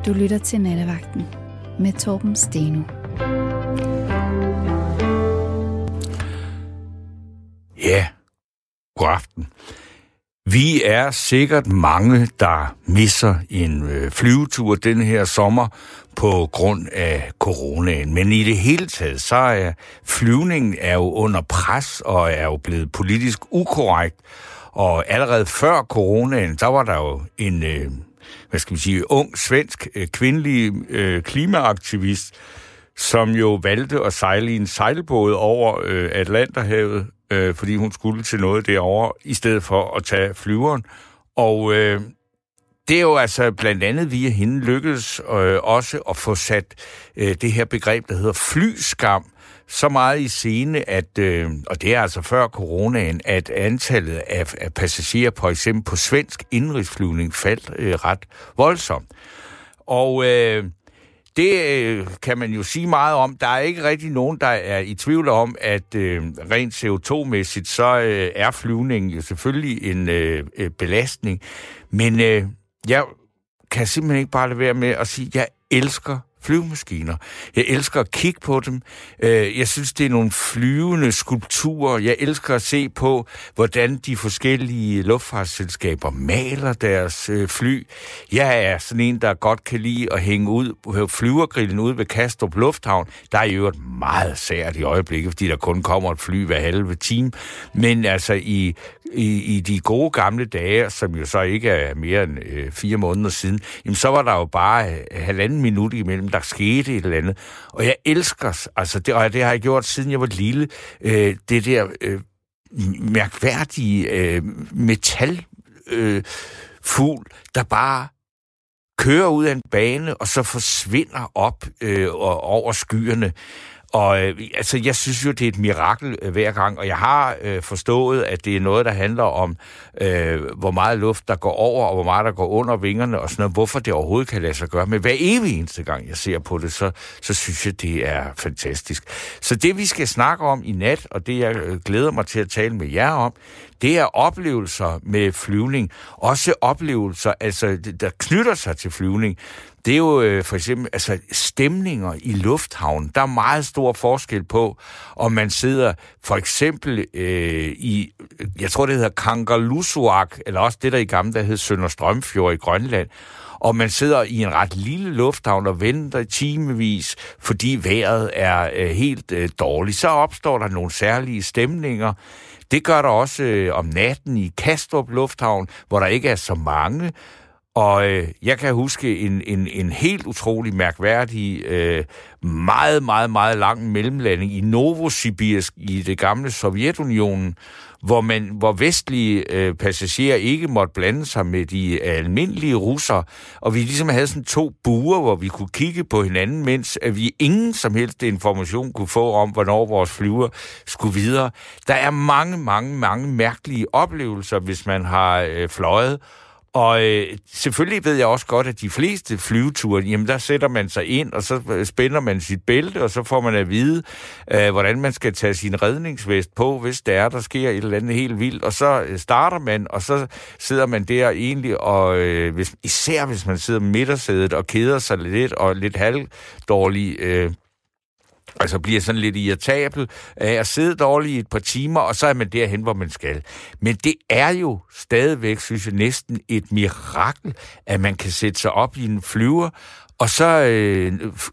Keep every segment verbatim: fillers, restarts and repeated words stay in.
Du lytter til Nattevagten med Torben Steno. Ja, god aften. Vi er sikkert mange, der misser en øh, flyvetur den her sommer på grund af coronaen. Men i det hele taget, så er flyvningen er jo under pres og er jo blevet politisk ukorrekt. Og allerede før coronaen, der var der jo en, øh, hvad skal vi sige, ung svensk øh, kvindelig øh, klimaaktivist, som jo valgte at sejle i en sejlbåd over øh, Atlanterhavet, øh, fordi hun skulle til noget derovre, i stedet for at tage flyveren. Og øh, det er jo altså blandt andet via hende lykkedes øh, også at få sat øh, det her begreb, der hedder flyskam, så meget i scene, at, øh, og det er altså før coronaen, at antallet af, af passagerer, for eksempel på svensk indrigsflyvning, faldt øh, ret voldsomt. Og øh, det øh, kan man jo sige meget om. Der er ikke rigtig nogen, der er i tvivl om, at øh, rent C O to-mæssigt, så øh, er flyvningen jo selvfølgelig en øh, belastning. Men øh, jeg kan simpelthen ikke bare lade være med at sige, at jeg elsker flyvemaskiner. Jeg elsker at kigge på dem. Jeg synes, det er nogle flyvende skulpturer. Jeg elsker at se på, hvordan de forskellige luftfartsselskaber maler deres fly. Jeg er sådan en, der godt kan lide at hænge ud på flyvergrillen ude ved Kastrup Lufthavn. Der er jo et meget sært i øjeblikket, fordi der kun kommer et fly hver halve time. Men altså i I, i de gode gamle dage, som jo så ikke er mere end øh, fire måneder siden, jamen så var der jo bare øh, halvanden minut imellem, der skete et eller andet. Og jeg elsker, altså det, og det har jeg gjort siden jeg var lille, øh, det der øh, mærkværdige øh, metalfugl, øh, fugl, der bare kører ud af en bane, og så forsvinder op øh, og over skyerne. Og øh, altså, jeg synes jo, det er et mirakel øh, hver gang, og jeg har øh, forstået, at det er noget, der handler om, øh, hvor meget luft, der går over, og hvor meget, der går under vingerne, og sådan noget, hvorfor det overhovedet kan lade sig gøre. Men hver evig eneste gang, jeg ser på det, så, så synes jeg, det er fantastisk. Så det, vi skal snakke om i nat, og det, jeg øh, glæder mig til at tale med jer om, det er oplevelser med flyvning. Også oplevelser, altså, der knytter sig til flyvning. Det er jo øh, for eksempel altså, stemninger i lufthavnen. Der er meget stor forskel på, om man sidder for eksempel øh, i, jeg tror det hedder Kangerlussuaq, eller også det der i gamle der hed Sønderstrømfjord i Grønland, og man sidder i en ret lille lufthavn og venter i timevis, fordi vejret er øh, helt øh, dårligt. Så opstår der nogle særlige stemninger. Det gør der også øh, om natten i Kastrup Lufthavn, hvor der ikke er så mange. Og øh, jeg kan huske en, en, en helt utrolig mærkværdig, øh, meget, meget, meget lang mellemlanding i Novosibirsk i det gamle Sovjetunionen, hvor, man, hvor vestlige øh, passagerer ikke måtte blande sig med de almindelige russere. Og vi ligesom havde sådan to buer, hvor vi kunne kigge på hinanden, mens at vi ingen som helst information kunne få om, hvornår vores flyver skulle videre. Der er mange, mange, mange mærkelige oplevelser, hvis man har øh, fløjet. Og øh, selvfølgelig ved jeg også godt, at de fleste flyveture, jamen der sætter man sig ind, og så spænder man sit bælte, og så får man at vide, øh, hvordan man skal tage sin redningsvest på, hvis der er, der sker et eller andet helt vildt. Og så starter man, og så sidder man der egentlig, og øh, hvis, især hvis man sidder midtersædet og keder sig lidt, og lidt halvdårlig, øh, altså bliver sådan lidt irritabel af at sidde dårligt i et par timer, og så er man derhen, hvor man skal. Men det er jo stadigvæk, synes jeg, næsten et mirakel, at man kan sætte sig op i en flyver, og så, øh,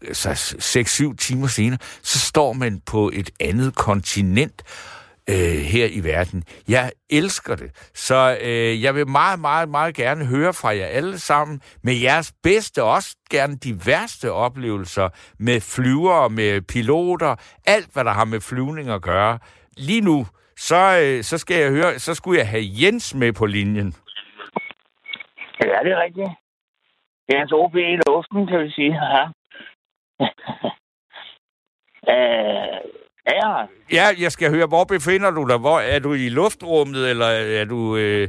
så seks syv timer senere, så står man på et andet kontinent øh, her i verden. Jeg elsker det. Så øh, jeg vil meget, meget, meget gerne høre fra jer alle sammen med jeres bedste, også gerne de værste oplevelser med flyvere, med piloter, alt hvad der har med flyvning at gøre. Lige nu, så, øh, så skal jeg høre, så skulle jeg have Jens med på linjen. Ja, det er rigtigt. Jens O B i luften, kan vi sige. Ja. øh, Ja. Ja, jeg skal høre, hvor befinder du dig? Hvor, er du i luftrummet, eller er du... Øh...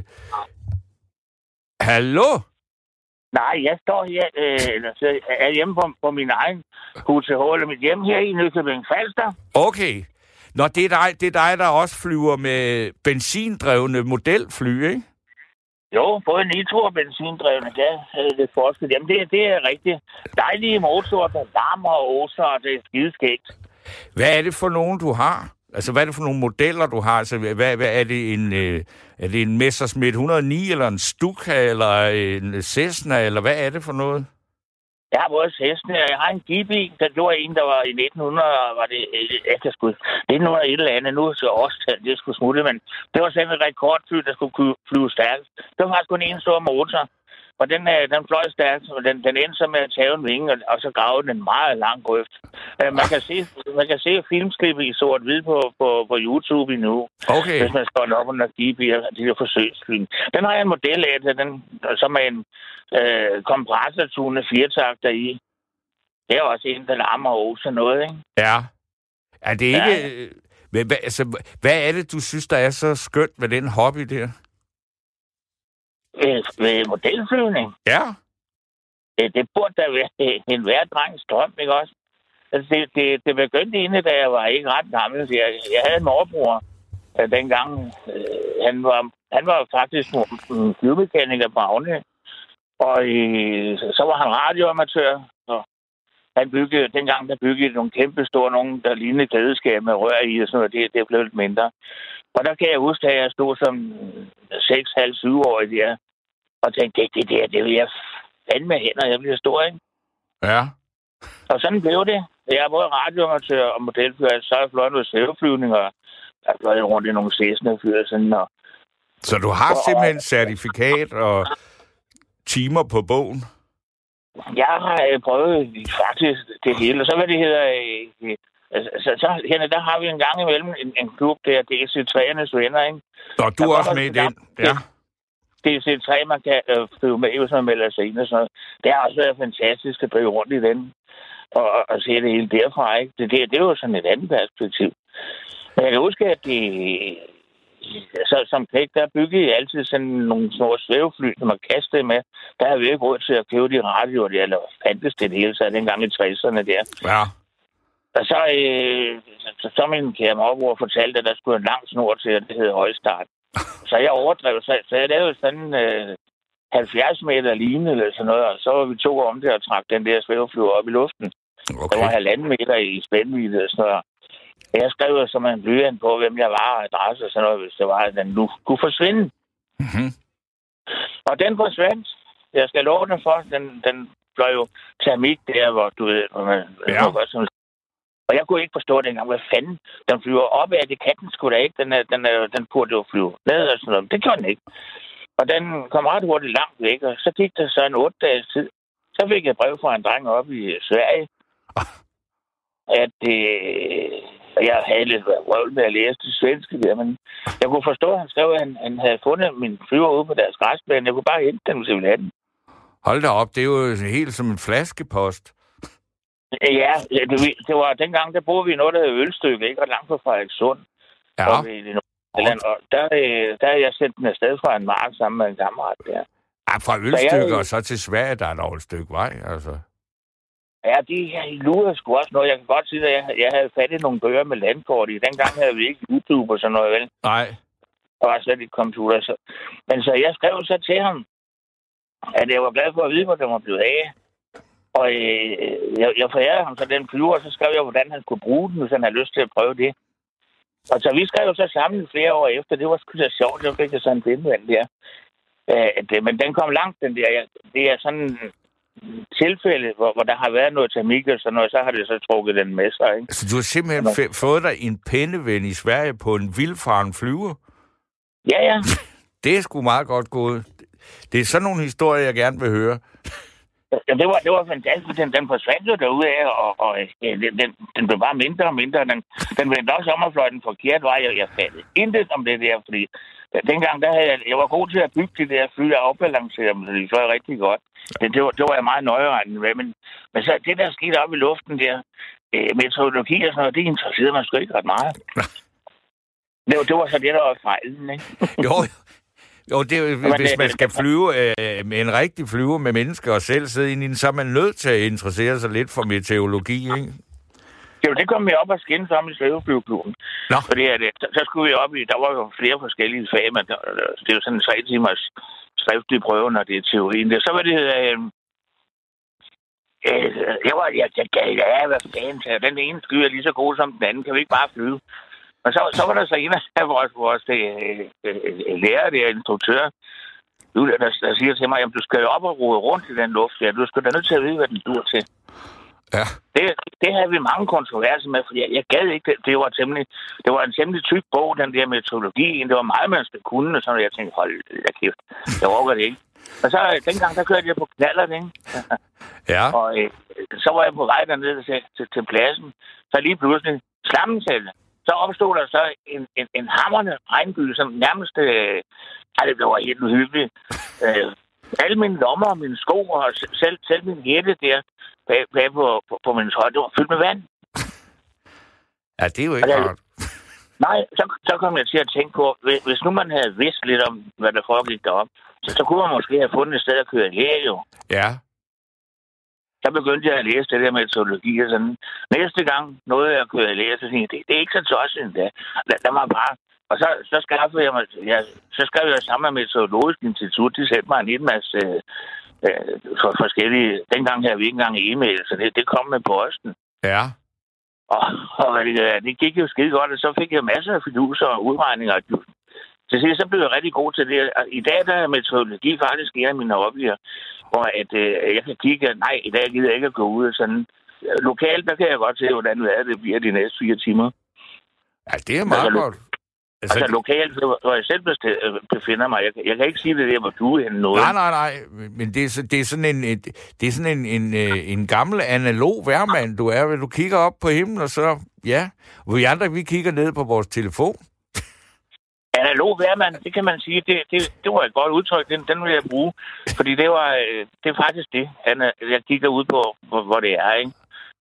Hallo? Nej, jeg står her, øh, eller så er hjemme på, på min egen Q T H, eller mit hjem her i Nykøbing Falster. Okay. Nå, det er, dig, det er dig, der også flyver med benzindrevne modelfly, ikke? Jo, både nitro- og benzindrevne, der er det forskel. Jamen, det, det er rigtig dejlige motorer, der larmer og oser, og det er skideskægt. Hvad er det for nogen, du har? Altså, hvad er det for nogle modeller, du har? Altså, hvad, hvad er det en, øh, er det en Messerschmitt et hundrede og ni, eller en Stuka, eller en Cessna, eller hvad er det for noget? Jeg har både Cessna, og jeg har en Gibi. Der gjorde en, der var i nitten hundrede, var det, jeg kan sgu, nitten hundrede et eller andet, nu så også, det skulle smutte, men det var sådan et rekordfly, der skulle flyve stærkt. Det var faktisk kun en stor motor, og den, den fløj stærkt, og den, den endte så med at tage en vinge, og, og så gravede den en meget lang grøft. Man kan se, man kan se filmklippet i sort-hvid på, på, på YouTube endnu, okay. Hvis man står op under Gibi og de der forsøgsfly. Den har jeg en model af, den, som er en øh, kompressortune firetakter i. Det er også en, der larmer og oser noget, ikke? Ja. Er det ikke... Ja. Hvad, hvad, altså, hvad er det, du synes, der er så skønt ved den hobby der? Ved, ved modelflyvning? Ja. Det, det burde da være en hver drengs drøm, ikke også? Altså, det, det, det begyndte inde, da jeg var ikke ret gammel. Jeg, jeg havde en morbror øh, dengang. Øh, han, var, han var faktisk en flyvemekaniker på Agne. Og øh, så var han radioamatør. Og han byggede, dengang der byggede nogle kæmpe store, nogle der lignede klædeskab med rør i og sådan noget. Det, det blev lidt mindre. Og der kan jeg huske, at jeg stod som seks, halv, syv årig der. Og tænkte, det, det der, det vil jeg fandme hænder, jeg bliver stor, ikke? Ja. Og sådan blev det. Jeg er både radioamatør og modelflyver, så har jeg fløjet noget svæveflyvning, og jeg har fløjet rundt i nogle Cessna-flyver. Sådan, og... Så du har og, simpelthen certifikat og timer på bogen? Jeg har øh, prøvet faktisk det hele. Og så hvad det hedder... Øh, altså, så, så henne, der har vi en gang imellem en, en klub, der D C tre'ernes venner, ikke? Og du er også med i den, ja. D C tre, man kan øh, flyve med, hvis man melder sig ind og sådan noget. Det har også været fantastisk at drive rundt i den. Og, og, og se det hele derfra, ikke? Det, det, det er jo sådan et andet perspektiv. Men jeg kan huske, at det, så, som knæk, der byggede jeg altid sådan nogle små svævefly, som man kastede med. Der havde vi ikke råd til at købe de radioer, der, eller fandtes det hele, så dengang i tresserne der. Ja. Og så, øh, så, så min kære morbror fortalte, at der skulle en lang snor til, at det hed højstart. Så jeg overdrev, så, så jeg lavede sådan øh, halvfjerds meter line eller sådan noget, og så var vi to om det og trak den der svæveflyver op i luften. Okay. Der var halvanden meter i spændvidde og sådan noget. Jeg skrev som en blyant på, hvem jeg var og adresse og sådan noget, hvis det var, at den nu kunne forsvinde. Mm-hmm. Og den forsvandt. Jeg skal love den for, den, den blev jo termik der, hvor du ved, hvor man, ja. Godt, sådan. Og jeg kunne ikke forstå dengang, hvad fanden den flyver op af. Det kan den sgu da ikke. Den, er, den, er, den burde jo flyve ned og sådan noget. Det gjorde den ikke. Og den kom ret hurtigt langt væk, og så gik der så en otte dages tid. Så fik jeg et brev fra en dreng op i Sverige, at øh, jeg havde lidt røvl med at læse det svenske der, men jeg kunne forstå, at han skrev, at han, han havde fundet min flyver ude på deres græsplæne. Jeg kunne bare hente den, hvis jeg ville have den. Hold da op, det er jo helt som en flaskepost. Ja, det, det var dengang, der boede vi i noget, der hed Ølstykke, ikke? Og langt fra Frederikssund. Ja. Og, vi, og der, der er jeg sendt den afsted fra en mark sammen med en kammerat der. Ja, fra Ølstykke jeg, og så til Sverige, der er der et stykke vej, altså. Ja, de lurer sgu også noget. Jeg kan godt sige, at jeg, jeg havde fat i nogle bøger med landkort i. Dengang havde vi ikke YouTube og sådan noget, vel? Nej. Der var slet ikke computer. Så. Men så jeg skrev så til ham, at jeg var glad for at vide, hvor den var blevet af. Og øh, jeg, jeg forærede ham så den flyver, og så skrev jeg, hvordan han skulle bruge den, hvis han havde lyst til at prøve det. Og så vi skrev så sammen flere år efter. Det var sgu da sjovt, så fik jeg sådan en bindvand der. Øh, det, men den kom langt, den der. Det er sådan tilfælde, hvor, hvor der har været noget termik og sådan noget, så har det så trukket den med sig, ikke? Så du har simpelthen f- fået dig en penneven i Sverige på en vildfaren flyver? Ja, ja. Det er sgu meget godt gået. Det er sådan nogle historier, jeg gerne vil høre. Ja, det var, det var fantastisk. Den, den forsvandt jo derude af, og, og ja, den, den blev bare mindre og mindre. Den, den vendte også om og fløj den forkert vej. Jeg, jeg fattede intet om det der, fordi dengang, der havde jeg, jeg var god til at bygge de der fly og afbalancere dem, så de fløj rigtig godt. Det, det, var, det var jeg meget nøjeregnende med, men, men så det, der skete op i luften der, øh, meteorologi og sådan noget, det interesserede mig sgu ikke ret meget. Det, det var så det, der var fejlen, ikke? Jo, jo, det er jo, hvis man skal flyve øh, med en rigtig flyver med mennesker og selv sidde ind i den, så er man nødt til at interessere sig lidt for meteorologi, ikke? Jo, det kom vi op og skændes om i svæveflyveklubben. Nå. Fordi at, så, så skulle vi op i, der var jo flere forskellige fag, men der, det er jo sådan en tre timers skriftlig prøve, når det er teorien. Det, så var det... Øh, øh, jeg var, jeg, jeg gav det af, hvad fanden tager. Den ene sky er lige så god som den anden. Kan vi ikke bare flyve? Og så, så var der så en af vores, vores øh, øh, lærer, der instruktør, der, der siger til mig, at du skal jo op og rode rundt i den luft. Ja. Du skal da nødt til at vide, hvad den dur til. Ja. Det, det havde vi mange kontroverser med, fordi jeg, jeg gad ikke. Det, det, var temmelig, det var en temmelig tyk bog, den der metodologi. Det var meget, man skulle kunne, så jeg tænkte, hold da kæft, jeg overgår det ikke. Og så dengang, der kørte jeg på knallert, ikke? Ja. Og øh, så var jeg på vej dernede til, til, til pladsen. Så lige pludselig slammetælde. Så opstod der så en, en, en hamrende regnbyge, som nærmest... Øh, ej, det var helt uhyggeligt. Øh, alle mine lommer og mine sko og selv, selv min hætte der bag, bag på, på, på min tøj, det var fyldt med vand. Ja, det er jo ikke der, godt. Nej, så, så kom jeg til at tænke på, hvis, hvis nu man havde vidst lidt om, hvad der foregik deroppe, så, så kunne man måske have fundet et sted at køre læge, jo. Ja. Så begyndte jeg at læse det der metodologi og sådan. Næste gang nåede jeg at køre læge, så tænkte jeg, det, det er ikke så tosset endda. Lad, lad mig bare... Og så, så skaffede jeg mig... Ja, så skrev jeg sammen med Meteorologisk Institut. De sendte mig en hel masse øh, for forskellige... Dengang havde vi ikke engang e-mail, så det, det kom med posten. Ja. Og, og det, det gik jo skide godt, og så fik jeg masser af fiduser og udregninger. Til sidst så blev jeg rigtig god til det. I dag der er meteorologi faktisk en af mine hobbyer, hvor at, øh, jeg kan kigge, nej, i dag gider jeg ikke at gå ud og sådan. Lokalt, der kan jeg godt se, hvordan det bliver de næste fire timer. Ja, det er meget altså, godt. Altså, altså lokalt, hvor jeg selv befinder mig. Jeg, jeg kan ikke sige det der, hvor du er henne noget. Nej, nej, nej. Men det er, det er sådan en, et, det er sådan en, en, en gammel analog værmand, du er. Du kigger op på himlen, og så, ja. Vi andre, vi kigger ned på vores telefon. Analog værmand, det kan man sige, det, det, det var et godt udtryk, den, den vil jeg bruge. Fordi det var, det er faktisk det, han, jeg kigger ud på, hvor, hvor det er, ikke?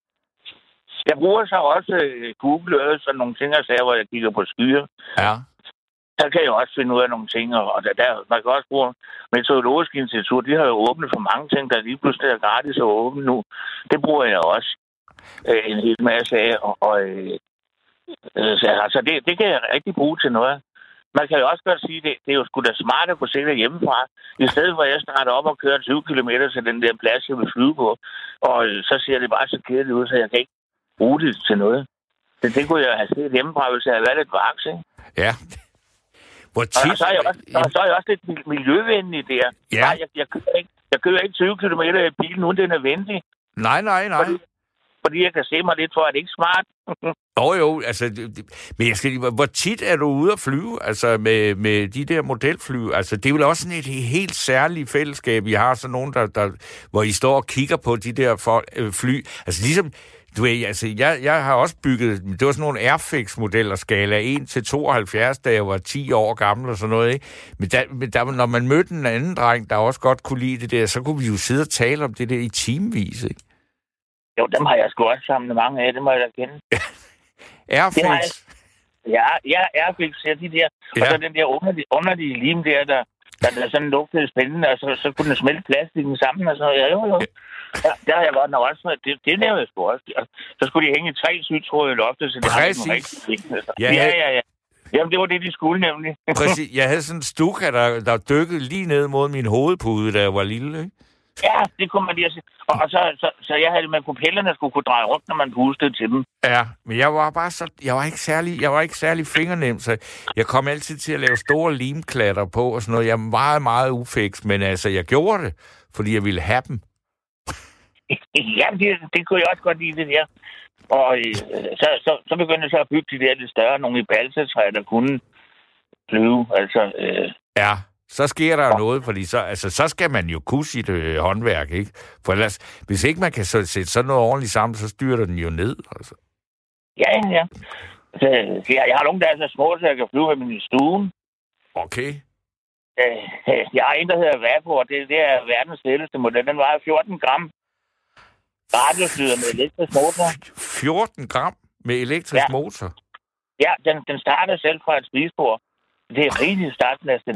Jeg bruger så også Google og sådan nogle ting, og sager, hvor jeg kigger på skyer. Ja. Så kan jeg også finde ud af nogle ting, og der, der man kan også bruge Meteorologisk Institut. De har jo åbnet for mange ting, der lige pludselig er gratis og åbent nu. Det bruger jeg også øh, en hel masse af, og, og øh, så, altså det, det kan jeg rigtig bruge til noget. Man kan jo også godt sige, at det, det er jo sgu da smart at kunne se det hjemmefra. I stedet for at jeg starter op og kører tyve kilometer til den der plads, jeg vil flyve på, og så ser det bare så kedeligt ud, så jeg kan ikke bruge det til noget. Det, det kunne jeg have set hjemmefra, hvis jeg havde været lidt vaks, ikke? Ja. Hvor tit... Og så er jeg også, og så er jeg også lidt miljøvenlig der. Ja. Nej, jeg, jeg, kører ikke, jeg kører ikke tyve kilometer i bilen, uden den er venlig. Nej, nej, nej. Fordi, fordi jeg kan se mig lidt for, at det ikke er smart. Jo, jo, altså... Men jeg skal lige... Hvor tit er du ude at flyve, altså med, med de der modelfly? Altså, det er vel også sådan et helt særligt fællesskab. I har sådan nogen, der, der, hvor I står og kigger på de der for, øh, fly. Altså, ligesom... Du ved, altså, jeg, jeg har også bygget... Det var sådan nogle Airfix-modeller, skala en til tooghalvfjerds, da jeg var ti år gammel og sådan noget, ikke? Men, der, men der, når man mødte en anden dreng, der også godt kunne lide det der, så kunne vi jo sidde og tale om det der i timevis, ikke? Jo, dem har jeg sgu også sammen med mange af, det må jeg da kende. Airfix? Ja, ja, Airfix, ja, de der. Ja. Og så den der underlige, underlige lim der, der, der, der sådan lugtede spændende, og så, så kunne den smelte plastikken sammen, og så, ja, jo, jo. Ja, der har jeg godt nok også. Det, det lavede jeg sgu også. Så skulle de hænge tre sygtråde i loftet, så det har ikke rigtig vigtigt. Ja, ja, ja, ja. Jamen, det var det, de skulle nemlig. Præcis. Jeg havde sådan en stuka, der, der dykkede lige ned mod min hovedpude, da jeg var lille, ikke? Ja, det kunne man lige sige. Og, og så, så, så jeg havde med propellerne skulle kunne dreje rundt, når man pustede til dem. Ja, men jeg var bare så... Jeg var ikke særlig, jeg var ikke særlig fingernem, så jeg kom altid til at lave store limklatter på og sådan noget. Jeg var meget, meget ufiks, men altså, jeg gjorde det, fordi jeg ville have dem. Ja, det, det kunne jeg også godt lide, det der. Og øh, så, så, så begyndte jeg så at bygge de der lidt større, nogle i balsatræer, der kunne flyve. Altså, øh... Ja, så sker der jo noget, fordi så, altså, så skal man jo kunne sit øh, håndværk, ikke? For ellers, hvis ikke man kan så, sætte sådan noget ordentligt sammen, så styrer den jo ned, altså. Ja, ja. Så, jeg, jeg har nogle, der er så små, så jeg kan flyve med min stue. Okay. Øh, jeg har en, der hedder Vapor. Det, det er verdens letteste model. Den vejer fjorten gram. Radioflyder med elektrisk motor. fjorten gram med elektrisk ja. motor? Ja, den, den starter selv fra et spisebord. Det er rigtig startplads til den.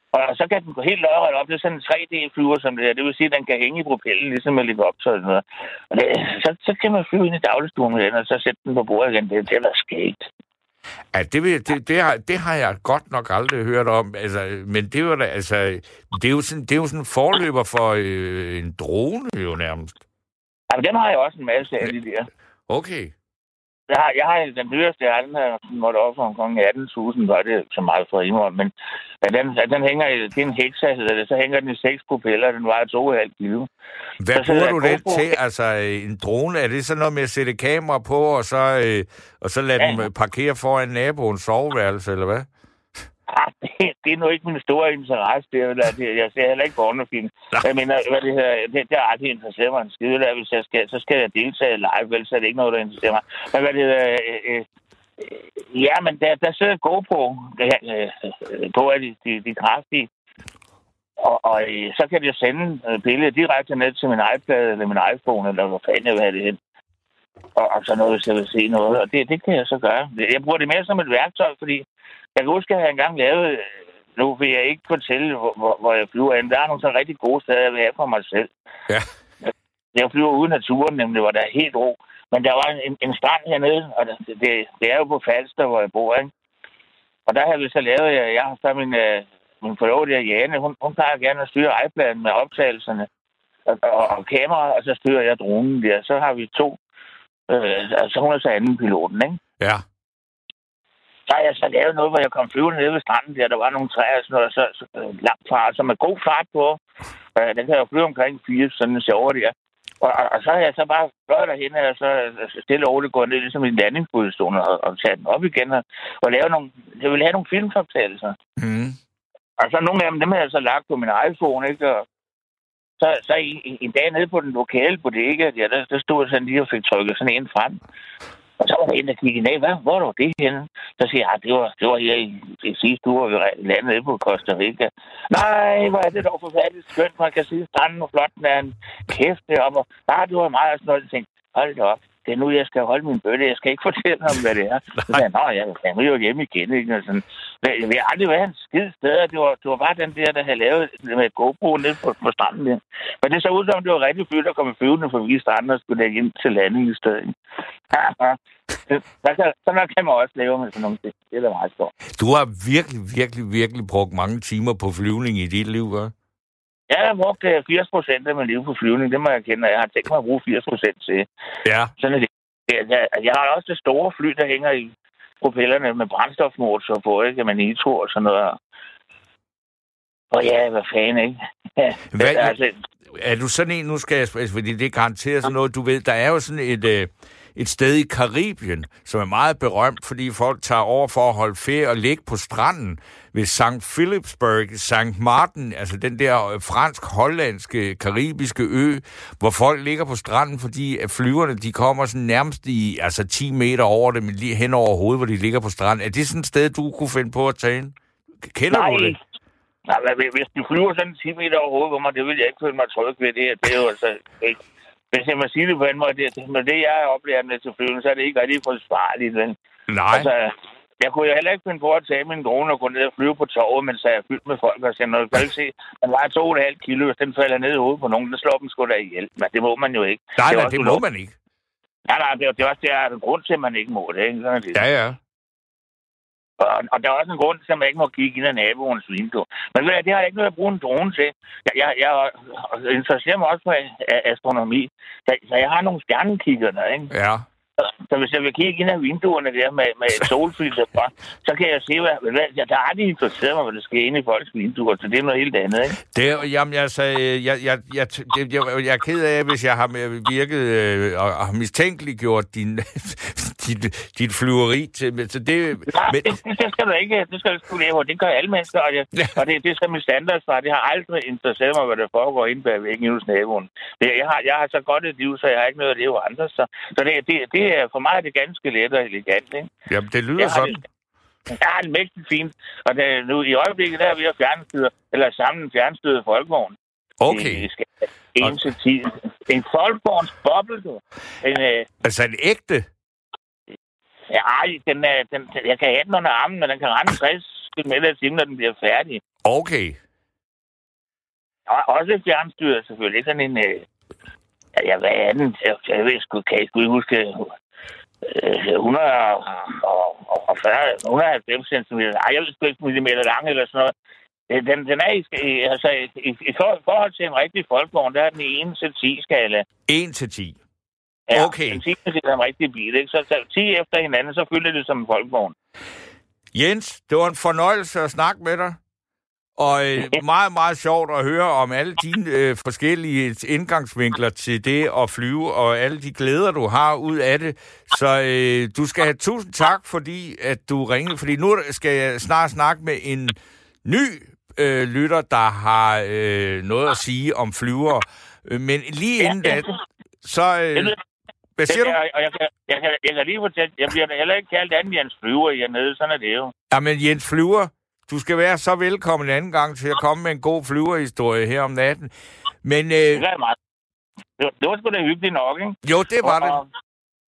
Og så kan den gå helt lodret op. Det er sådan en tre D-flyver, som det er. Det vil sige, at den kan hænge i propellen, ligesom med lidt optøj og noget. Og det, så, så kan man flyve ind i dagligstuen med den, og så sætte den på bordet igen. Det, det er da skægt. Ja, det, vil, det, det, har, det har jeg godt nok aldrig hørt om. Altså, men det var da, altså, det er jo sådan, det er jo sådan en forløber for øh, en drone, jo nærmest. Ja, men den har jeg også en masse af de der. Okay. Jeg har, jeg har den dyreste, jeg den her måtte op for omkring atten tusind, var det så meget for imod, men ja, den, den hænger i, det er en Hexa, så hænger den i seks propeller, den vejer to komma fem kilo. Hvad så bruger du det til? Altså, en drone, er det sådan noget med at sætte kamera på, og så, øh, og så lade ja. den parkere foran naboens soveværelse, eller hvad? Ah, det, det er nu ikke min store interesse. Det er, det, jeg ser heller ikke pornofilm. Jeg mener, hvad det her, det, det er aldrig interesseret mig en skide der. Hvis jeg skal, så skal jeg deltage live, vel, så er det ikke noget, der interesserer mig. Men hvad det hedder, øh, øh, ja, men der, der sidder GoPro øh, på af de, de, de kraftige. Og, og øh, så kan jeg sende billedet direkte ned til min iPad eller min iPhone, eller hvor fanden jeg vil have det hen. Og, og så noget, hvis jeg vil se noget. Og det, det kan jeg så gøre. Jeg bruger det mere som et værktøj, fordi jeg kan huske, at jeg engang lavede, nu vil jeg ikke fortælle, hvor, hvor, hvor jeg flyver hen. Der er nogle sådan rigtig gode steder, jeg vil have for mig selv. Ja. Jeg flyver ude i naturen, nemlig, hvor der er helt ro. Men der var en, en strand hernede, og det, det, det er jo på Falster, hvor jeg bor, ikke? Og der har vi så lavet, jeg, jeg har så min, øh, min forlovede, Jane, hun, hun plejer gerne at styre iPladen med optagelserne og, og, og kamera, og så styrer jeg dronen der. Så har vi to, øh, altså hun er så anden piloten, ikke? Ja. Så har jeg så lavet noget, hvor jeg kom flyvende nede ved stranden der. Der var nogle træer, sådan noget, så, så langt fart, så med god fart på. Øh, den kan jeg jo flyve omkring fire, sådan en sjovere der. Og, og, og så har jeg så bare fløjet derhen, og så stille over det gået ned, ligesom i en landingsposition, og, og taget den op igen, og, og lave nogle, jeg ville have nogle filmoptagelser. Mm. Og så nogle af dem, dem har jeg så lagt på min iPhone, ikke? Og så, så en, en dag nede på den lokale bodega, ja, der, der stod jeg sådan lige og fik trykket sådan en frem. Og så var der en, der kiggede ned. Hvad? Hvor var det henne? Så siger jeg, det var, det var her i, i sidste uge, hvor vi landede nede på Costa Rica. Nej, hvor er det dog forfærdeligt skønt. Man kan sige, stranden og flot, den er en kæft deroppe. Nej, det var meget sådan noget, jeg tænkte, hold det op. Det er nu, jeg skal holde min bøtte. Jeg skal ikke fortælle ham, hvad det er. Så sagde jeg, nå, jeg vil jo hjem igen. Ikke? Og sådan. Jeg vil aldrig være en skid sted. Det var, det var bare den der, der havde lavet med et GoPro nede på, på stranden der. Men det så ud som, det var rigtig fyldt at komme flyvende forbi stranden og skulle lægge ind til landing i stedet. Ja, ja. Så, kan, sådan kan man også lave med sådan nogle ting. Det er da meget stort. Du har virkelig, virkelig, virkelig brugt mange timer på flyvning i dit liv, hva'? Ja, jeg har brugt firs procent af mit liv på flyvning. Det må jeg kende, og jeg har tænkt mig at bruge firs procent til. Ja. Sådan er det. Jeg, jeg har også det store fly, der hænger i propellerne med brændstofmotor på, ikke? Med nitro og sådan noget. Og ja, hvad fanden, ikke? Ja, hvad, er, altså... er du sådan en, nu skal jeg spørge, fordi det garanterer sådan noget, du ved, der er jo sådan et... Øh... et sted i Karibien, som er meget berømt, fordi folk tager over for at holde ferie og ligge på stranden ved Sankt Philipsburg, Sankt Martin, altså den der fransk-hollandske, karibiske ø, hvor folk ligger på stranden, fordi flyverne, de kommer sådan nærmest i, altså ti meter over det, men lige hen over hovedet, hvor de ligger på stranden. Er det sådan et sted, du kunne finde på at tage ind? Kender Nej. du det? Nej, hvis de flyver sådan ti meter over hovedet på mig, det vil jeg ikke føle mig tryg ved det her. Det er jo altså ikke... Hvis jeg må sige det på en måde, det, med det, jeg oplever med til flyvning, så er det ikke rigtig forsvarligt. Vel? Nej. Altså, jeg kunne jo heller ikke finde på at tage min drone og gå ned og flyve på torvet, mens jeg er fyldt med folk og siger noget kvalitet. Den vejer to komma fem kilo, hvis den falder ned i hovedet på nogen, der slår dem sgu da ihjel. Men det må man jo ikke. Nej, det, nej, det må lov. man ikke. Nej, nej, det er, det er også det, er en grund til, at man ikke må det. Ikke? Sådan det. Ja, ja. Og, og der er også en grund til, at man ikke må kigge ind ad naboens vindue. Men ved jeg, det har jeg ikke noget at bruge en drone til. Jeg, jeg, jeg interesserer mig også for astronomi. Så, så jeg har nogle stjernekigger der, ikke? Ja. Så hvis jeg vil kigge ind ad vinduerne der med, med et solfilter, så kan jeg se, hvad, hvad jeg, der er aldrig interesseret mig, hvad der sker inde i folks vinduer, så det er noget helt andet, ikke? Det, jamen, altså, jeg, jeg, jeg, jeg, jeg, jeg er ked af, hvis jeg har virket øh, og har mistænkeliggjort din, dit, dit flyveri til... Så det, Nej, men... det, det, skal du ikke, det skal du ikke leve, det gør alle mennesker, og, jeg, ja. og det, det er så min standardsvar. Det har aldrig interesseret mig, hvad der foregår inde bag væggen hos naboen. Det, jeg, har, jeg har så godt et liv, så jeg har ikke noget at leve andre, så, så det, det, det for mig er det ganske let og elegant, ikke? Jamen, det lyder jeg sådan. Det, jeg har det mægtigt fint. Og det, nu i øjeblikket, der er vi at fjernstyre, eller sammen en fjernstyret folkevogn. Okay. Det skal en til ti. En folkevogns boble, du. En, øh, altså en ægte? Ja, den, den, den, jeg kan have den under armen, men den kan rende tres kilometer i timen, når den bliver færdig. Okay. Og også fjernstyret selvfølgelig. Ikke sådan en... Øh, ja, hvad er den? Jeg, jeg ved sgu, kan jeg sgu ikke huske... Øh, hundrede og fyrre, et hundrede og halvfems centimeter. Ej, jeg ved sgu ikke millimeter lang eller sådan noget. Den, den er i, altså, i, i forhold til en rigtig folkevogn, der er den i et til ti skala. et til ti? Ja, okay. Den ti er en rigtig bil, ikke? Så, så ti efter hinanden, så fylder det som en folkevogn. Jens, det var en fornøjelse at snakke med dig. Og øh, meget, meget sjovt at høre om alle dine øh, forskellige indgangsvinkler til det at flyve, og alle de glæder, du har ud af det. Så øh, du skal have tusind tak, fordi at du ringede. Fordi nu skal jeg snart snakke med en ny øh, lytter, der har øh, noget at sige om flyvere. Men lige inden da, så... Øh, hvad siger du? Og jeg, jeg, jeg, jeg, jeg kan lige fortælle, jeg bliver heller ikke kaldt anden Jens Flyver hernede, sådan er det jo. Jamen Jens Flyver, du skal være så velkommen en anden gang til at komme med en god flyverhistorie her om natten. Men... Øh, det var meget. Det var, det var sgu da hyggeligt nok, ikke? Jo, det var og, det. Og,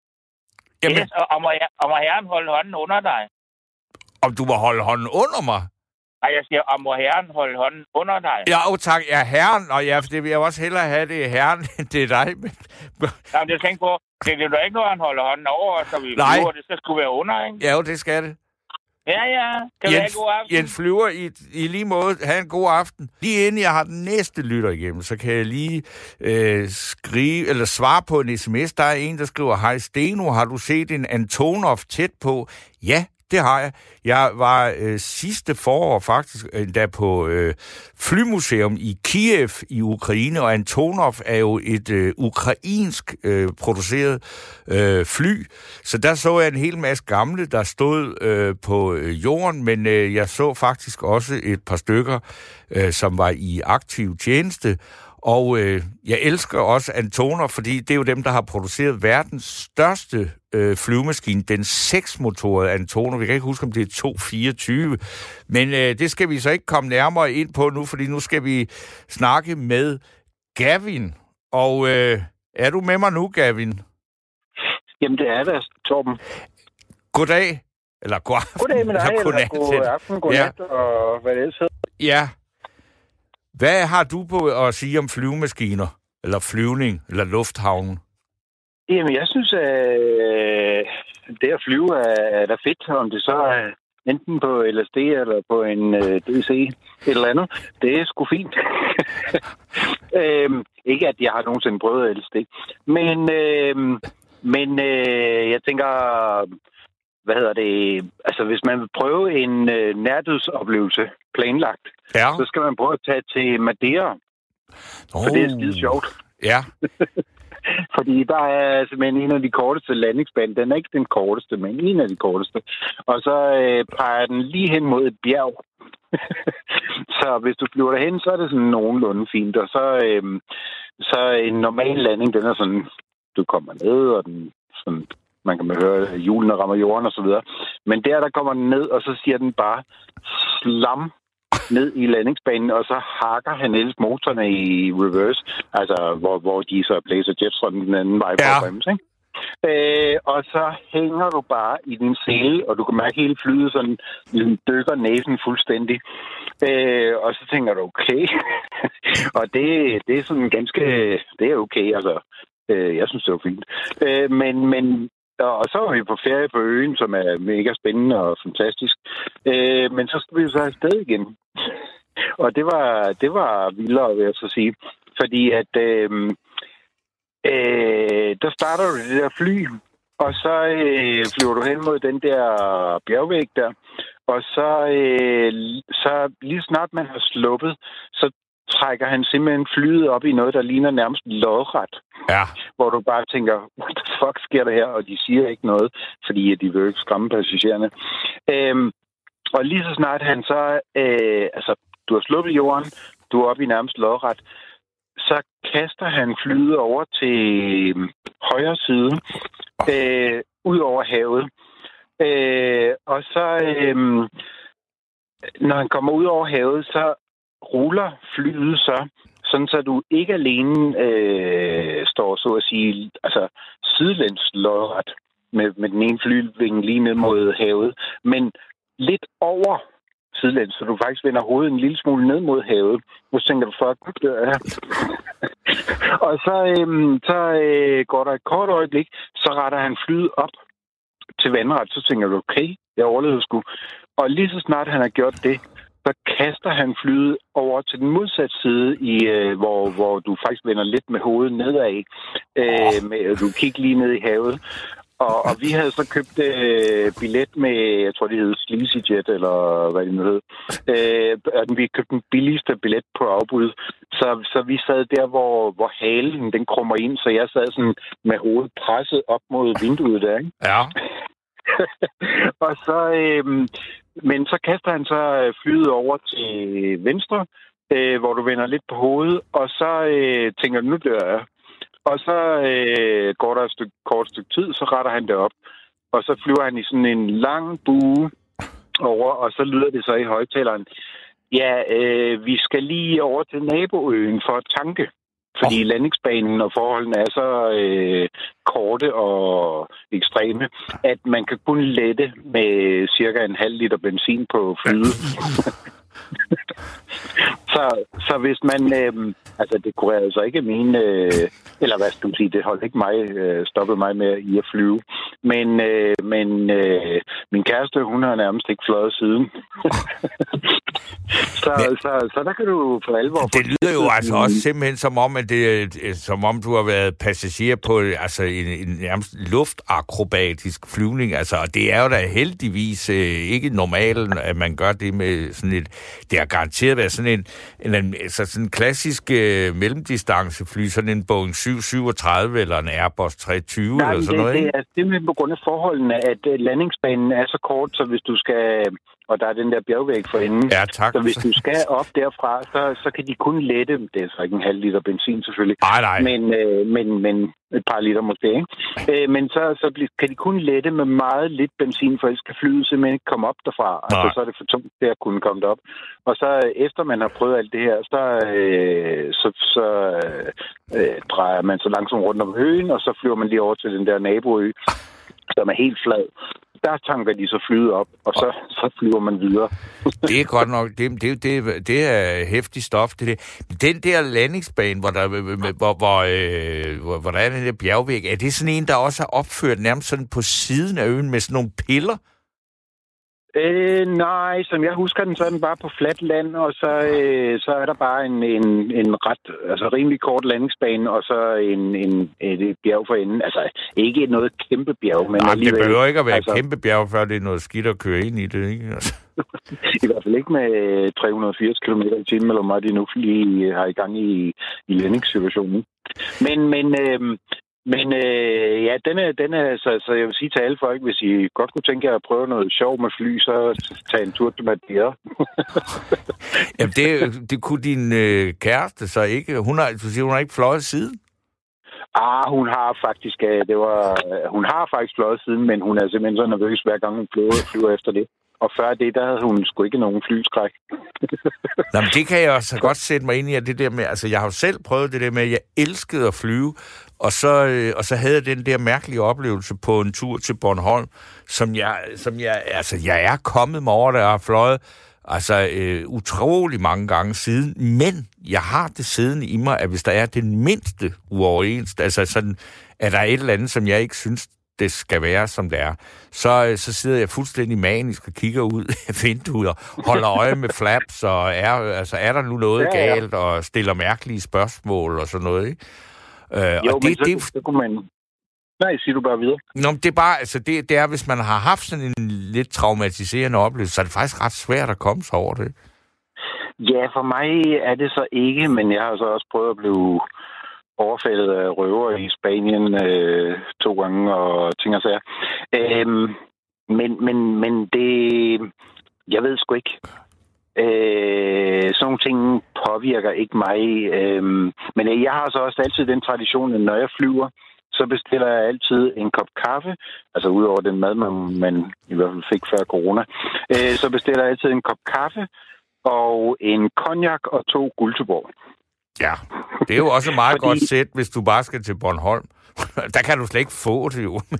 Jamen, yes, og, og, må jeg, og må herren holde hånden under dig? Om du må holde hånden under mig? Nej, jeg siger, og må herren holde hånden under dig? Ja, og tak. Ja, herren, og ja, det vil jeg også hellere have, det er herren, end det er dig. Men... Jamen, jeg tænker på, det er jo ikke noget, han holder hånden over, så vi Nej. flyver, det skal sgu være under, ikke? Ja, jo, det skal det. Ja, ja. Kan Jens, vi have god aften? Jens Flyver, i, i lige måde, have en god aften. Lige inden jeg har den næste lytter igennem, så kan jeg lige øh, skrive, eller svare på en sms. Der er en, der skriver, hej Steno, har du set en Antonov tæt på? Ja, det har jeg. Jeg var øh, sidste forår faktisk endda på øh, flymuseum i Kiev i Ukraine, og Antonov er jo et øh, ukrainsk øh, produceret øh, fly. Så der så jeg en hel masse gamle, der stod øh, på øh, jorden, men øh, jeg så faktisk også et par stykker, øh, som var i aktiv tjeneste. Og øh, jeg elsker også Antonov, fordi det er jo dem, der har produceret verdens største øh, flyvemaskine, den seksmotorede Antonov. Jeg kan ikke huske, om det er to fireogtyve, men øh, det skal vi så ikke komme nærmere ind på nu, fordi nu skal vi snakke med Gavin. Og øh, er du med mig nu, Gavin? Jamen, det er det, Torben. Goddag. Eller god aften. Goddag med dig, eller god, eller god aften, god nat, ja. Og hvad det ellers hedder. Ja. Hvad har du på at sige om flyvemaskiner, eller flyvning, eller lufthavnen? Jamen, jeg synes, at det at flyve er, er da fedt, om det så er enten på L S D eller på en uh, D C eller andet. Det er sgu fint. øhm, ikke, at jeg har nogensinde prøvet L S D. Men, øhm, men øh, jeg tænker... Hvad hedder det? Altså, hvis man vil prøve en øh, nærdødsoplevelse planlagt, ja. Så skal man prøve at tage til Madeira. Oh. For det er skide sjovt. Ja. Fordi der er simpelthen en af de korteste landingsbaner. Den er ikke den korteste, men en af de korteste. Og så øh, peger den lige hen mod et bjerg. Så hvis du flyver derhen, så er det sådan nogenlunde fint. Og så, øh, så en normal landing, den er sådan, du kommer ned, og den sådan... Man kan høre hjulene rammer jorden og så videre. Men der, der kommer den ned, og så siger den bare slam ned i landingsbanen, og så hakker han ellers motorerne i reverse, altså hvor, hvor de så blæser jetstrømmen den anden vej på ja. bremse, ikke? Øh, og så hænger du bare i din sele, og du kan mærke hele flyet sådan, ligesom dykker næsen fuldstændig. Øh, og så tænker du, okay. Og det, det er sådan ganske, det er okay, altså. Øh, jeg synes, det var fint. Øh, men, men og så var vi på ferie på øen, som er mega spændende og fantastisk. Øh, men så skulle vi så afsted igen. Og det var, det var vildere, vil jeg så sige. Fordi at øh, øh, der starter du det der fly, og så øh, flyver du hen mod den der bjergvæg der. Og så, øh, så lige snart man har sluppet, så trækker han simpelthen flyet op i noget, der ligner nærmest lodret. Ja. Hvor du bare tænker, what the fuck sker der her? Og de siger ikke noget, fordi de vil ikke skræmme passagererne. Øhm, og lige så snart han så, øh, altså, du har sluppet jorden, du er oppe i nærmest lodret, så kaster han flyet over til højre side, øh, ud over havet. Øh, og så, øh, når han kommer ud over havet, så ruller flyet så, sådan så du ikke alene øh, står, så at sige, altså sidelæns lodret med, med den ene flyvinge lige ned mod havet, men lidt over sidelæns, så du faktisk vender hovedet en lille smule ned mod havet. Nu tænker du, fuck, nu dør jeg. Og så, øhm, så øh, går der et kort øjeblik, så retter han flyet op til vandret, så tænker du, okay, jeg overlevede sgu. Og lige så snart han har gjort det, så kaster han flyet over til den modsatte side, i, øh, hvor, hvor du faktisk vender lidt med hovedet nedad. Øh, med, du kigger lige ned i havet. Og, og vi havde så købt øh, billet med, jeg tror, det hed SleazyJet, eller hvad det nu hed. Øh, vi købte den billigste billet på afbud. Så, så vi sad der, hvor, hvor halen den krummer ind, så jeg sad sådan med hovedet presset op mod vinduet der, ikke? Ja. Og så, øh, men så kaster han så flyet over til venstre, øh, hvor du vender lidt på hovedet, og så øh, tænker du, nu dør jeg. Og så øh, går der et stykke, kort stykke tid, så retter han det op. Og så flyver han i sådan en lang bue over, og så lyder det så i højtaleren. Ja, øh, vi skal lige over til naboøen for at tanke. Fordi oh. landingsbanen og forholdene er så øh, korte og ekstreme, at man kan kun lette med cirka en halv liter benzin på flyet. så, så hvis man... Øh, altså, det kunne altså ikke min... Øh, eller hvad skal man sige, det holdt ikke mig, øh, stoppede mig med i at flyve. Men, øh, men øh, min kæreste, hun har nærmest ikke fløjet siden. så, Men, så, så der kan du for alvor... Det lyder jo altså også simpelthen som om, at det, som om du har været passager på altså en, en nærmest luftakrobatisk flyvning. Altså, og det er jo da heldigvis øh, ikke normalt, at man gør det med sådan et... Det har garanteret været sådan en, en altså sådan en klassisk øh, mellemdistancefly, sådan en Boeing syv syvogtredive eller en Airbus tre tyve. Nej, eller sådan det, noget, det ikke? er simpelthen på grund af forholdene, at landingsbanen er så kort, så hvis du skal... Og der er den der bjergvæg for enden. Ja, tak. Så hvis du skal op derfra, så, så kan de kun lette... Det er så ikke en halv liter benzin, selvfølgelig. Nej, nej. Men, øh, men, men et par liter måske, ikke? Øh, men så, så kan de kun lette med meget lidt benzin, for ellers kan flyet simpelthen ikke komme op derfra. Nej. Altså, så er det for tungt til at kunne komme derop. Og så efter man har prøvet alt det her, så, øh, så, så øh, drejer man så langsomt rundt om øen, og så flyver man lige over til den der naboø, som er helt flad. Der tanker de så flyet op, og så, så flyver man videre. Det er godt nok, det, det, det, det er hæftig stof, det der. Den der landingsbane, hvor der, hvor, hvor, øh, hvor, hvor der er den der bjergvæg, er det sådan en, der også er opført nærmest sådan på siden af øen med sådan nogle piller? Øh, nej, som jeg husker den, så er den bare på fladt land, og så, øh, så er der bare en, en, en ret, altså rimelig kort landingsbane, og så en, en, et bjerg for enden. Altså, ikke noget kæmpe bjerg, men nej, alligevel... det behøver ikke at være altså, et kæmpe bjerg, før det er noget skidt at køre ind i det, ikke? Altså. I hvert fald ikke med tre hundrede og firs kilometer i timen, eller meget de nu lige har i gang i, i landingssituationen. Men, men... Øh, Men øh, ja, den er, den er så, så jeg vil sige til alle folk, hvis I godt kunne tænke jer at prøve noget sjov med fly, så tag en tur til Madeira. Jamen, det, det kunne din øh, kæreste så ikke. Hun har, du siger, hun har ikke fløjet siden? Ah, hun har faktisk, det var, hun har faktisk fløjet siden, men hun er simpelthen så nervøs, hver gang hun flyver, flyver efter det. Og før det, der havde hun sgu ikke nogen flyskræk. Nå, men det kan jeg også godt sætte mig ind i, at det der med, altså jeg har jo selv prøvet det der med, at jeg elskede at flyve, og så, øh, og så havde jeg den der mærkelige oplevelse på en tur til Bornholm, som jeg, som jeg, altså jeg er kommet mig over, der har fløjet, altså øh, utrolig mange gange siden, men jeg har det siddende i mig, at hvis der er den mindste uoverensstemmelse, altså sådan, at der er et eller andet, som jeg ikke synes, det skal være, som det er, så, så sidder jeg fuldstændig manisk og kigger ud af vinduet og holder øje med flaps, og er, altså, er der nu noget ja, ja. galt, og stiller mærkelige spørgsmål og sådan noget, ikke? Øh, jo, og det, men så, det, så kunne man... Nej, siger du bare videre. Nå, det er bare, altså, det, det er, hvis man har haft sådan en lidt traumatiserende oplevelse, så er det faktisk ret svært at komme sig over det. Ja, for mig er det så ikke, men jeg har så også prøvet at blive overfaldet af røver i Spanien øh, to gange og ting og sager. Øhm, men, men, men det... Jeg ved sgu ikke. Øh, sådan nogle ting påvirker ikke mig. Øh, men jeg har så også altid den tradition, at når jeg flyver, så bestiller jeg altid en kop kaffe. Altså udover den mad, man, man i hvert fald fik før corona. Øh, så bestiller jeg altid en kop kaffe og en cognac og to Guldtuborg. Ja, det er jo også meget Fordi... godt sæt, hvis du bare skal til Bornholm. Der kan du slet ikke få det jo.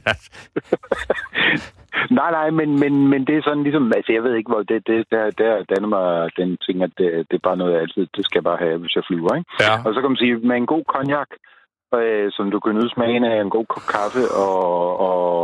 nej, nej, men, men, men det er sådan ligesom, altså jeg ved ikke, hvor det, det der, der danner mig den ting, at det, det er bare noget, jeg altid, det skal jeg bare have, hvis jeg flyver, ikke? Ja. Og så kan man sige, med en god cognac, øh, som du kan nyde smagen af, en god kop kaffe og,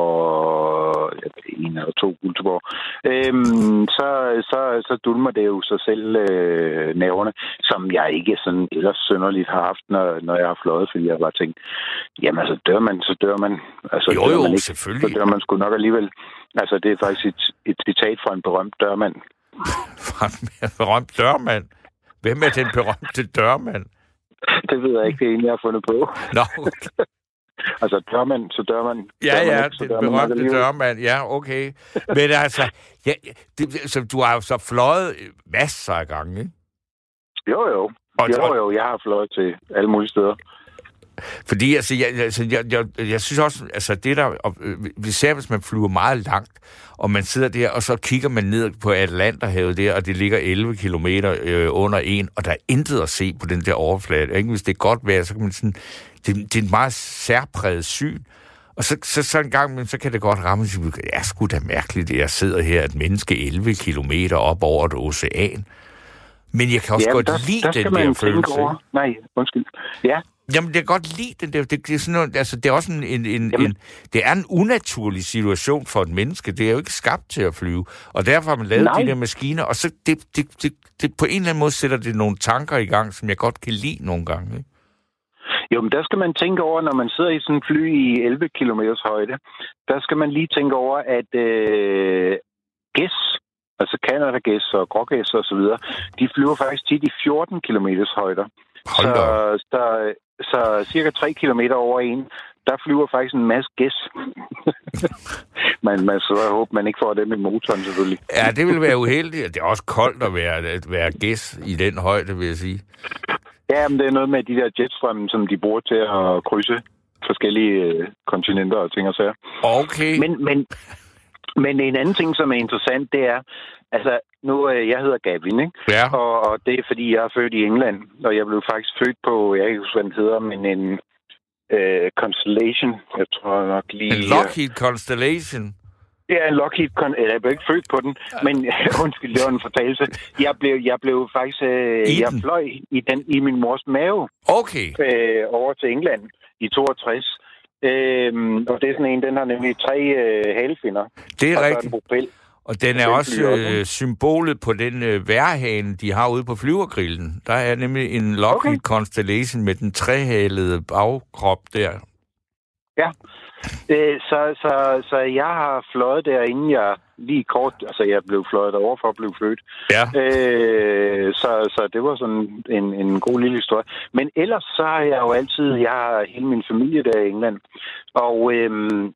og ja, en eller to Guldborg, øhm, så, så, så dulmer det jo sig selv øh, nerverne, som jeg ikke sådan ellers synderligt har haft, når, når jeg har fløjet, fordi jeg bare tænkt, jamen altså dør man, så dør man. Altså, jo, dør jo, man ikke, selvfølgelig. så dør man sgu nok alligevel. Altså, det er faktisk et, et citat fra en berømt dørmand. Fra en berømt dørmand? Hvem er den berømte dørmand? Det ved jeg ikke, det er en, jeg har fundet på. Nå, okay. Altså, dørmand, så dørmand. Ja, dørmand ja, ikke, den berømte dørmand. Ja, okay. Men altså, ja, det, så du har jo så fløjet masser af gange, ikke? Jo, jo. Og, jo, jo, jeg har fløjet til alle mulige steder. Fordi altså, jeg, altså, jeg, jeg, jeg synes også, altså det der, og, især hvis man flyver meget langt, og man sidder der, og så kigger man ned på Atlanterhavet der, og det ligger elleve kilometer øh, under en, og der er intet at se på den der overflade. Ikke? Hvis det er godt vejr, så kan man sådan, det, det er en meget særpræget syn. Og så, så, så en gang, men så kan det godt ramme sig. Det er sgu da mærkeligt, at jeg sidder her, et menneske elleve kilometer op over et ocean. Men jeg kan også ja, godt der, lide der den der følelse. Over. Nej, undskyld. Ja. Jamen, jeg kan godt lide den der. Det, det er sådan noget, altså, det er også en, en, en, en, det er en unaturlig situation for et menneske. Det er jo ikke skabt til at flyve. Og derfor har man lavet Nej. de der maskiner, og så det, det, det, det, på en eller anden måde sætter det nogle tanker i gang, som jeg godt kan lide nogle gange. Ikke? Jo, men der skal man tænke over, når man sidder i sådan en fly i elleve kilometers højde, der skal man lige tænke over, at øh, gæs, altså Canada-gæs og grågæs og så videre, de flyver faktisk tit i fjorten kilometers højder. Så, så, så cirka tre kilometer over en, der flyver faktisk en masse gæs. man, man så håber, man ikke får dem i motoren, selvfølgelig. Ja, det vil være uheldigt. Det er også koldt at være, at være gæs i den højde, vil jeg sige. Ja, men det er noget med de der jetstrømme, som de bruger til at krydse forskellige øh, kontinenter og ting og sager. Okay. Men, men, men en anden ting, som er interessant, det er, altså, nu, øh, jeg hedder Gavin, ikke? Ja. Og, og det er, fordi jeg er født i England, og jeg blev faktisk født på, jeg kan ikke huske, hvad den hedder, men en øh, Constellation, jeg tror nok lige... En Lockheed Constellation? Ja, en Lockheed Con... Eller jeg blev ikke født på den, men undskyld, det var en fortalelse. Jeg blev, jeg blev faktisk... Øh, jeg fløj i, den, i min mors mave. Okay. Øh, over til England i toogtres. Øhm, og det er sådan en, den har nemlig tre øh, halefinder. Det er og rigtigt. En og den er også øh, symbolet på den øh, vejrhane, de har ude på flyvergrillen. Der er nemlig en Lockheed okay. Constellation med den trehalede bagkrop der. Ja, øh, så, så, så jeg har fløjet der, inden jeg lige kort... Altså, jeg blev fløjet derovre for at blive født. Ja. Øh, så, så det var sådan en, en god lille historie. Men ellers så har jeg jo altid... Jeg har hele min familie der i England. Og øhm,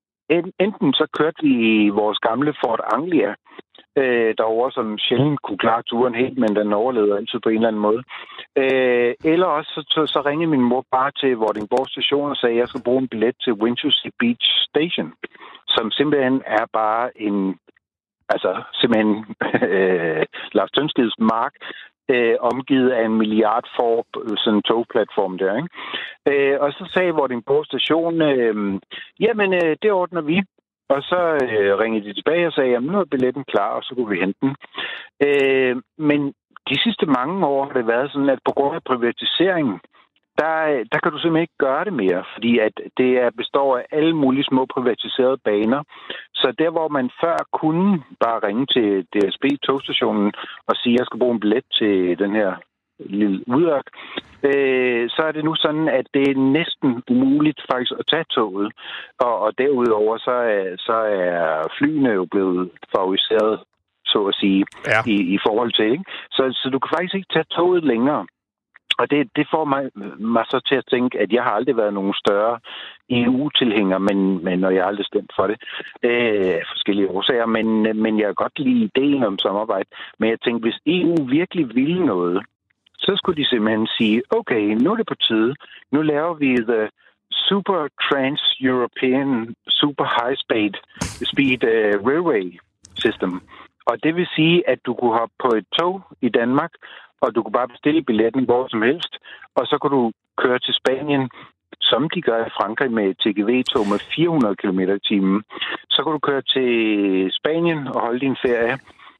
enten så kørte vi i vores gamle Ford Anglia, øh, derovre, som sjældent kunne klare turen helt, men den overlevede altid på en eller anden måde. Øh, eller også så, så, så ringede min mor bare til Vordingborg station og sagde, at jeg skal bruge en billet til Winchelsea Beach Station, som simpelthen er bare en, altså simpelthen øh, Lars Tønskeds mark, øh, omgivet af en milliard for sådan en togplatform der, ikke? Øh, og så sagde Vordingborg station, øh, jamen øh, det ordner vi. Og så øh, ringede de tilbage og sagde, jamen nu er billetten klar, og så kunne vi hente den. Øh, men de sidste mange år har det været sådan, at på grund af privatiseringen, der, der kan du simpelthen ikke gøre det mere, fordi at det er, består af alle mulige små privatiserede baner. Så der, hvor man før kunne bare ringe til D S B-togstationen og sige, at jeg skal bruge en billet til den her lille udørk, øh, så er det nu sådan, at det er næsten umuligt faktisk at tage toget. Og, og derudover så er, så er flyene jo blevet favoriseret, så at sige, ja. i, i forhold til, ikke? Så, så du kan faktisk ikke tage toget længere. Og det, det får mig, mig så til at tænke, at jeg har aldrig været nogen større E U-tilhænger, men, men og jeg har aldrig stemt for det af øh, forskellige årsager, men, men jeg kan godt lide ideen om samarbejde. Men jeg tænkte, hvis E U virkelig ville noget, så skulle de simpelthen sige, okay, nu er det på tide. Nu laver vi the Super Trans-European Super High Speed, speed uh, Railway System. Og det vil sige, at du kunne hoppe på et tog i Danmark, og du kunne bare bestille billetten hvor som helst, og så kunne du køre til Spanien, som de gør i Frankrig med T G V-tog med fire hundrede kilometer i timen. Så kunne du køre til Spanien og holde din ferie.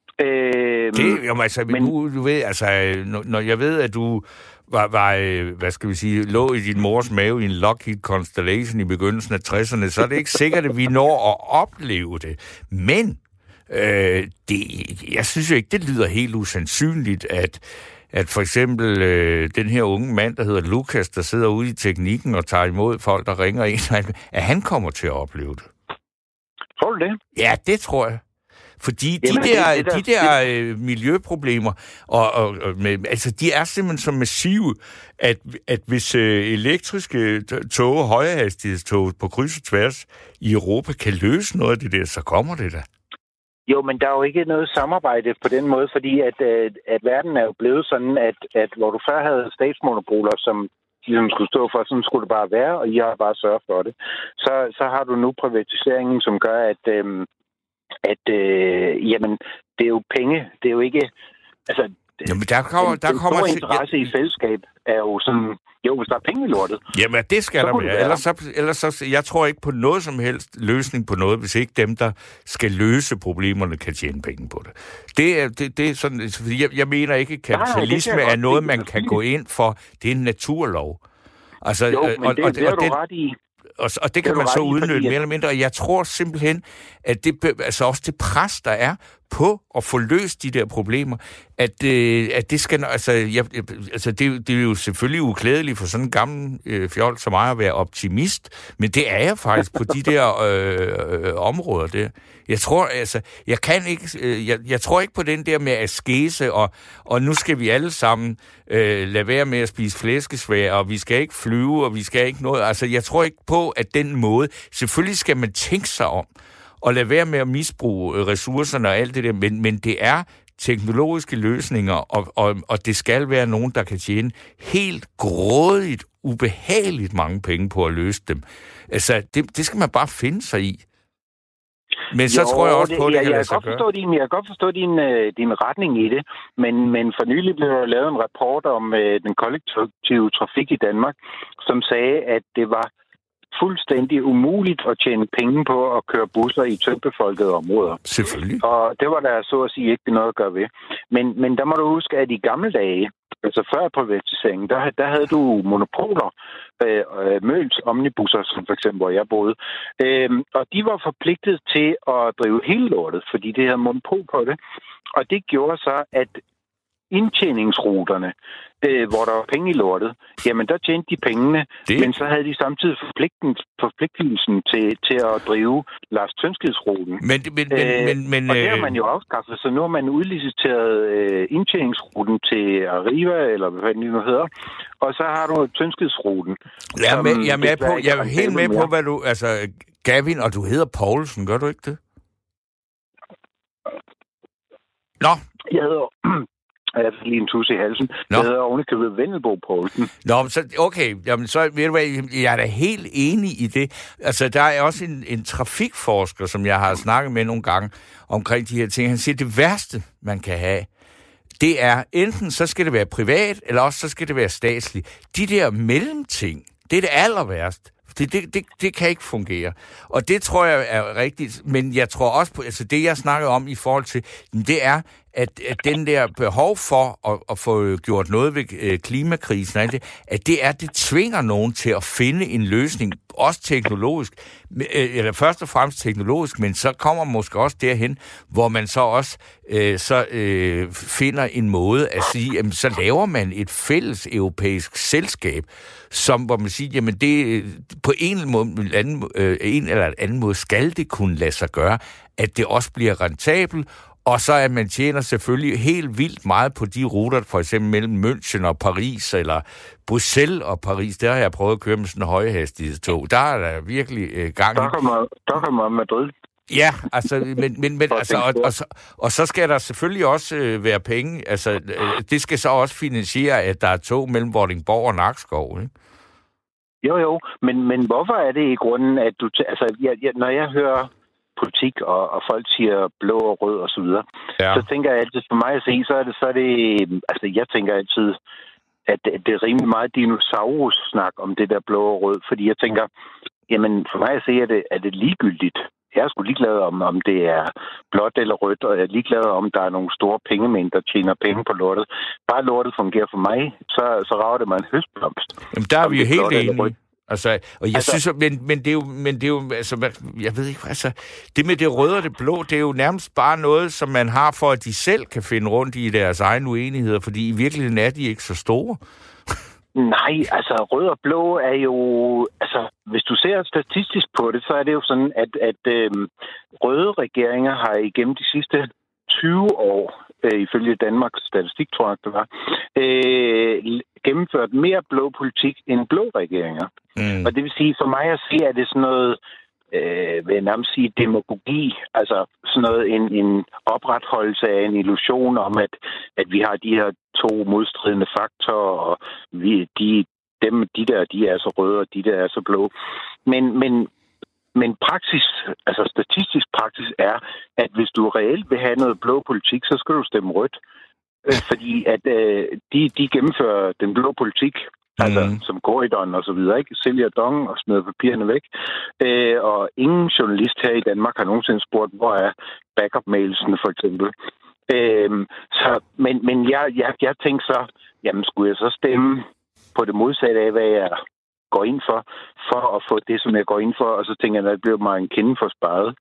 Øh, det, jamen, altså, men nu, du ved, altså, når jeg ved, at du var, var, hvad skal vi sige, lå i din mors mave i en Lockheed Constellation i begyndelsen af tresserne, så er det ikke sikkert, at vi når at opleve det. Men øh, det, jeg synes jo ikke, det lyder helt usandsynligt, at at for eksempel øh, den her unge mand, der hedder Lukas, der sidder ude i teknikken og tager imod folk, der ringer ind, at han kommer til at opleve det. Tror du det? Ja, det tror jeg. Fordi Jamen, de der, det, det de der øh, miljøproblemer, og, og, og med, altså, de er simpelthen så massive, at, at hvis øh, elektriske tog, højhastighedstog på kryds og tværs i Europa kan løse noget af det der, så kommer det der. Jo, men der er jo ikke noget samarbejde på den måde, fordi at, at verden er jo blevet sådan, at, at hvor du før havde statsmonopoler, som ligesom skulle stå for, sådan skulle det bare være, og I har bare sørget for det. Så, så har du nu privatiseringen, som gør, at, øhm, at øh, jamen, det er jo penge. Det er jo ikke... Altså, jamen, der kommer... Der den kommer store interesse i fællesskab er jo sådan... Jo, hvis der er penge i lortet. Jamen, det skal der være. Ellers så, ellers så, jeg tror ikke på noget som helst løsning på noget, hvis ikke dem, der skal løse problemerne, kan tjene penge på det. Det er, det, det er sådan... Jeg, jeg mener ikke, at kapitalisme Nej, er noget, man kan gå ind for. Det er en naturlov. Altså, jo, men og, det, og, det er og, du det, ret i. Og, og det kan man så udnytte mere eller mindre. Og jeg tror simpelthen, at det, altså også det pres, der er på at få løst de der problemer, at, øh, at det skal... Altså, jeg, altså det, det er jo selvfølgelig uklædeligt for sådan en gammel øh, fjol som mig at være optimist, men det er jeg faktisk på de der øh, øh, områder der. Jeg tror, altså, jeg kan ikke... Øh, jeg, jeg tror ikke på den der med askese, og, og nu skal vi alle sammen øh, lade være med at spise flæskesvær, og vi skal ikke flyve, og vi skal ikke noget... Altså, jeg tror ikke på, at den måde... Selvfølgelig skal man tænke sig om, og lade være med at misbruge ressourcerne og alt det der, men, men det er teknologiske løsninger, og, og, og det skal være nogen, der kan tjene helt grådigt, ubehageligt mange penge på at løse dem. Altså, det, det skal man bare finde sig i. Men så jo, tror jeg også på, at det, det kan lade sig gøre. Din, jeg kan godt forstå din, din retning i det, men, men for nylig blev der lavet en rapport om uh, den kollektive trafik i Danmark, som sagde, at det var fuldstændig umuligt at tjene penge på at køre busser i tyndtbefolkede områder. Selvfølgelig. Og det var der så at sige ikke noget at gøre ved. Men, men der må du huske, at i gamle dage, altså før privatiseringen, der, der havde du monopoler, øh, Møns omnibusser, som for eksempel, hvor jeg boede. Øh, og de var forpligtet til at drive hele lortet, fordi det havde monopol på det. Og det gjorde så, at indtjeningsruterne, øh, hvor der var penge i lortet, jamen der tjente de pengene, det... men så havde de samtidig forpligtelsen til, til at drive Lars Tønskidsruten. Men, men, men, øh, men, men, og det har man jo afskaffet, så nu har man udliciteret øh, indtjeningsruten til Arriva, eller hvad det nu hedder, og så har du Tønskidsruten. Jeg er, med, jeg er, med på, jeg er helt med på, hvad du... Altså, Gavin, og du hedder Poulsen, gør du ikke det? Nå. Jeg hedder... Jeg har lige en tusse i halsen. Nå. Jeg hedder ovenikøbet Vendelbo Poulsen. Nå, så okay. Jamen, så ved du hvad, jeg er da helt enig i det. Altså, der er også en, en trafikforsker, som jeg har snakket med nogle gange omkring de her ting. Han siger, at det værste, man kan have, det er enten så skal det være privat, eller også så skal det være statsligt. De der mellemting, det er det aller værste. Det, det, det, det kan ikke fungere. Og det tror jeg er rigtigt. Men jeg tror også på, altså det jeg snakker om i forhold til, det er, at, at den der behov for at, at få gjort noget ved øh, klimakrisen, og alt det, at det er, det tvinger nogen til at finde en løsning, også teknologisk, øh, eller først og fremmest teknologisk, men så kommer måske også derhen, hvor man så også øh, så øh, finder en måde at sige, jamen så laver man et fælles europæisk selskab, som, hvor man siger, jamen det på en eller anden, anden, øh, en eller anden måde skal det kunne lade sig gøre, at det også bliver rentabelt, og så at man tjener selvfølgelig helt vildt meget på de ruter, for eksempel mellem München og Paris, eller Bruxelles og Paris. Der har jeg prøvet at køre med sådan en højhastighedstog. Der er der virkelig øh, gang i. Der kommer, der kommer Madrid. Ja, altså, men, men, men altså, og, og, så, og så skal der selvfølgelig også øh, være penge. Altså, øh, det skal så også finansiere, at der er tog mellem Vordingborg og Nakskov, ikke? Jo, jo, men, men hvorfor er det i grunden, at du... T- altså, jeg, jeg, når jeg hører politik, og, og folk siger blå og rød og så videre, ja. så tænker jeg altid, for mig at se, så er det, så er det altså jeg tænker altid, at det, det er rimelig meget dinosaurus-snak om det der blå og rød, fordi jeg tænker, jamen for mig at se, er det, er det ligegyldigt. Jeg er sgu ligeglad om, om det er blåt eller rødt, og jeg er ligeglad om, der er nogle store pengemænd, der tjener penge på lortet. Bare lortet fungerer for mig, så, så rager det mig en høstblomst. Jamen, der er vi jo helt enige. Altså, og jeg altså, synes, men, men det er jo, men det er jo, altså, jeg ved ikke, altså, det med det røde og det blå, det er jo nærmest bare noget, som man har for, at de selv kan finde rundt i deres egne uenigheder, fordi i virkeligheden er de ikke så store. Nej, altså rød og blå er jo... Altså, hvis du ser statistisk på det, så er det jo sådan, at, at øh, røde regeringer har igennem de sidste tyve år, øh, ifølge Danmarks statistik, tror jeg, det var, øh, gennemført mere blå politik end blå regeringer. Mm. Og det vil sige, for mig at se, at det sådan noget... Øh, vil jeg nærmest sige demagogi, altså sådan noget, en, en opretholdelse af en illusion om, at, at vi har de her to modstridende faktorer, og vi, de, dem, de der, de er så røde, og de der er så blå. Men, men, men praksis, altså statistisk praksis er, at hvis du reelt vil have noget blå politik, så skal du stemme rødt. Fordi at øh, de, de gennemfører den blå politik, altså mm. som korridoren og så videre, ikke? Sælger dong og smider papirerne væk. Øh, og ingen journalist her i Danmark har nogensinde spurgt, hvor er backup-mailsene for eksempel. Øh, så, men men jeg, jeg, jeg tænkte så, jamen skulle jeg så stemme på det modsatte af, hvad jeg går ind for, for at få det, som jeg går ind for, og så tænker jeg, at det bliver mig en kende for sparet.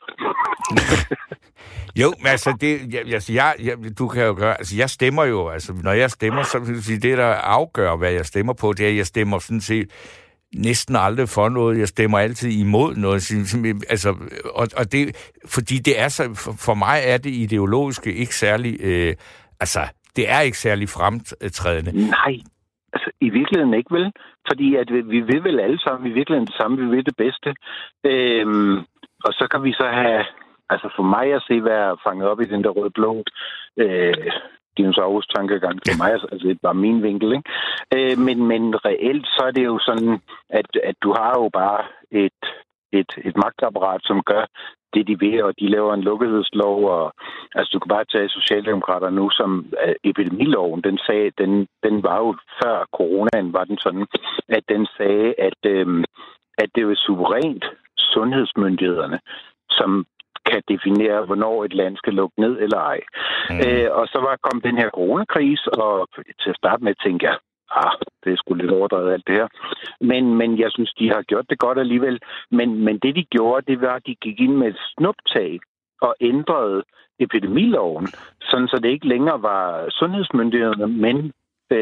Jo, men altså, det, altså jeg, jeg, du kan jo gøre, altså jeg stemmer jo, altså når jeg stemmer, så vil jeg sige, det der afgør, hvad jeg stemmer på, det er, at jeg stemmer sådan set næsten aldrig for noget, jeg stemmer altid imod noget, altså, og, og det, fordi det er så, for mig er det ideologiske ikke særlig, øh, altså, det er ikke særlig fremtrædende. Nej. Altså, i virkeligheden ikke, vel? Fordi at vi, vi vil vel alle sammen i virkeligheden det samme, vi vil det bedste. Øhm, og så kan vi så have, altså for mig at se, være fanget op i den der rød-blå øh, dinosaurus tankegang for mig, altså det er bare min vinkel, ikke? Øh, men, men reelt, så er det jo sådan, at, at du har jo bare et, et, et magtapparat, som gør det, de vil, og de laver en lukkethedslov, og altså du kan bare tage Socialdemokrater nu, som uh, epidemiloven, den sagde, den, den var jo før coronaen, var den sådan, at den sagde, at, øhm, at det var suverænt sundhedsmyndighederne, som kan definere, hvornår et land skal lukke ned eller ej. Mm. Øh, og så var kom den her coronakrise, og til at starte med tænkte jeg, ah, det er sgu lidt overdrevet alt det her. Men, men jeg synes, de har gjort det godt alligevel. Men, men det, de gjorde, det var, at de gik ind med et snuptag og ændrede epidemiloven, sådan så det ikke længere var sundhedsmyndighederne, men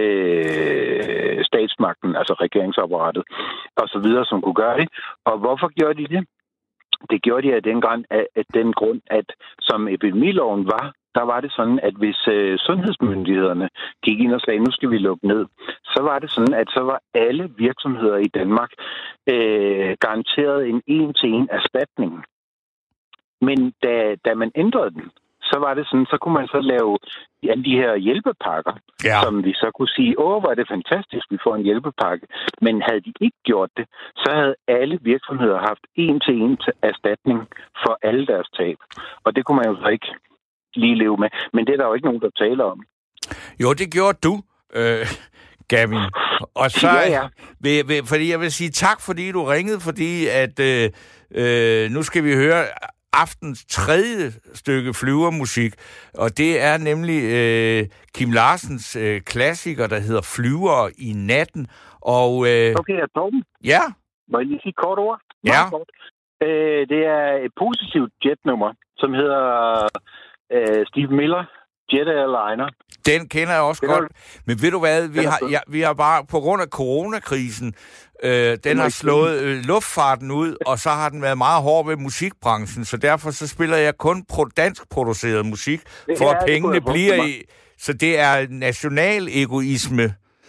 øh, statsmagten, altså regeringsapparatet og så videre, som kunne gøre det. Og hvorfor gjorde de det? Det gjorde de af den grund, at den grund, at som epidemiloven var, der var det sådan, at hvis øh, sundhedsmyndighederne gik ind og sagde, nu skal vi lukke ned, så var det sådan, at så var alle virksomheder i Danmark øh, garanteret en en-til-en erstatning. Men da, da man ændrede den, så var det sådan, så kunne man så lave alle de her hjælpepakker, ja. Som vi så kunne sige, åh, hvor er det fantastisk, vi får en hjælpepakke. Men havde de ikke gjort det, så havde alle virksomheder haft en-til-en erstatning for alle deres tab. Og det kunne man jo så ikke lige leve med. Men det er der jo ikke nogen, der taler om. Jo, det gjorde du, øh, Gavin. Og så, ja, ja. Vil, vil, fordi jeg vil sige tak, fordi du ringede, fordi at øh, øh, nu skal vi høre aftens tredje stykke flyvermusik, og det er nemlig øh, Kim Larsens øh, klassiker, der hedder Flyvere i natten. Og, øh, okay, jeg tager den. Ja. Må jeg lige sige kort ord? Ja. Kort. Øh, det er et positivt jetnummer, som hedder øh, Steve Miller, Jet Airliner. Den kender jeg også den godt. Er... Men ved du hvad, vi har, ja, vi har bare, på grund af coronakrisen, øh, den har slået øh, luftfarten ud, og så har den været meget hård ved musikbranchen, så derfor så spiller jeg kun pro- dansk produceret musik, det, for at pengene bliver i. Så det er national egoisme.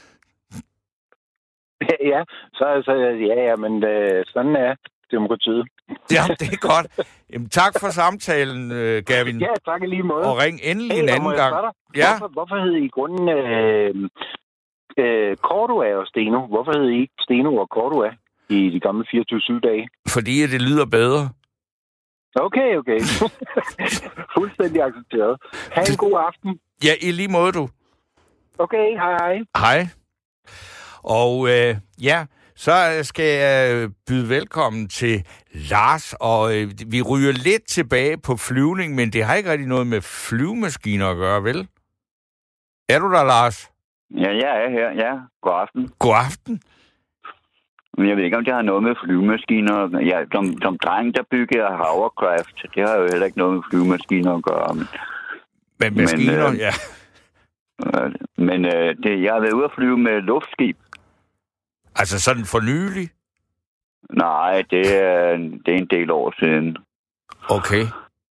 Ja, så altså, ja, ja, men øh, sådan er demokratiet. Ja, det er godt. Jamen, tak for samtalen, øh, Gavin. Ja, tak i lige måde. Og ring endelig hey, en anden gang. Ja. Hvorfor, hvorfor hed I i grunden øh, øh, Cordua og Steno? Hvorfor hed I ikke Steno og Cordua i de gamle fireogtyve syv dage? Fordi det lyder bedre. Okay, okay. Fuldstændig accepteret. Ha' en god aften. Ja, i lige måde, du. Okay, hej hej. Hej. Og øh, ja, så skal jeg byde velkommen til Lars, og øh, vi ryger lidt tilbage på flyvning, men det har ikke rigtig noget med flyvemaskiner at gøre, vel? Er du der, Lars? Ja, jeg er her, ja. God aften. God aften. Jeg ved ikke, om det har noget med flyvemaskiner. Ja, som, som dreng, der bygger jeg hovercraft. Det har jo heller ikke noget med flyvemaskiner at gøre. Men, men maskiner, men, øh, ja. Øh, men øh, det, jeg har været ude at flyve med luftskib. Altså sådan for nylig? Nej, det er, det er en del år siden. Okay.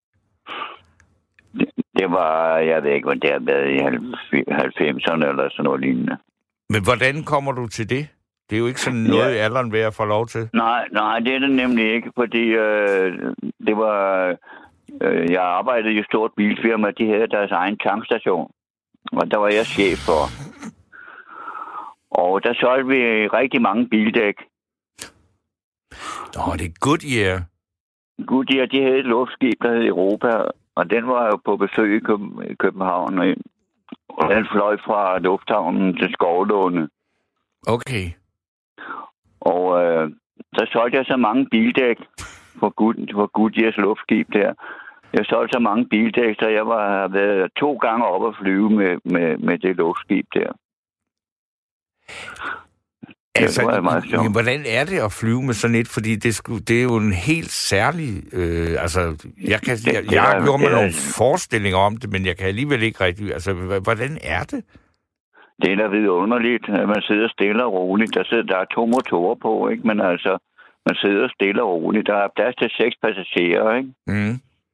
Det, det var, jeg ved ikke, hvordan det har været i halvfemserne eller sådan noget lignende. Men hvordan kommer du til det? Det er jo ikke sådan noget, ja. Alderen ved at få lov til. Nej, nej, det er det nemlig ikke, fordi øh, det var... Øh, jeg arbejdede i et stort bilfirma, de havde deres egen tankstation. Og der var jeg chef for. Og der solgte vi rigtig mange bildæk. Nå, det er Goodyear. Goodyear, de havde et luftskib, der hed Europa. Og den var jo på besøg i København. Og den fløj fra lufthavnen til Skovlunde. Okay. Og øh, så solgte jeg så mange bildæk for, Good, for Goodyears luftskib der. Jeg solgte så mange bildæk, så jeg var været to gange op at flyve med, med, med det luftskib der. Altså, det hvordan er det at flyve med sådan et? Fordi det, skulle, det er jo en helt særlig... Øh, altså, jeg, kan, jeg, jeg har gjort mig nogle forestillinger om det, men jeg kan alligevel ikke rigtig... Altså, hvordan er det? Det er da vidunderligt, at man sidder stille og roligt. Der, sidder, der er to motorer på, ikke? Men altså, man sidder stille og roligt. Der er plads til seks passagerer, ikke? Mm.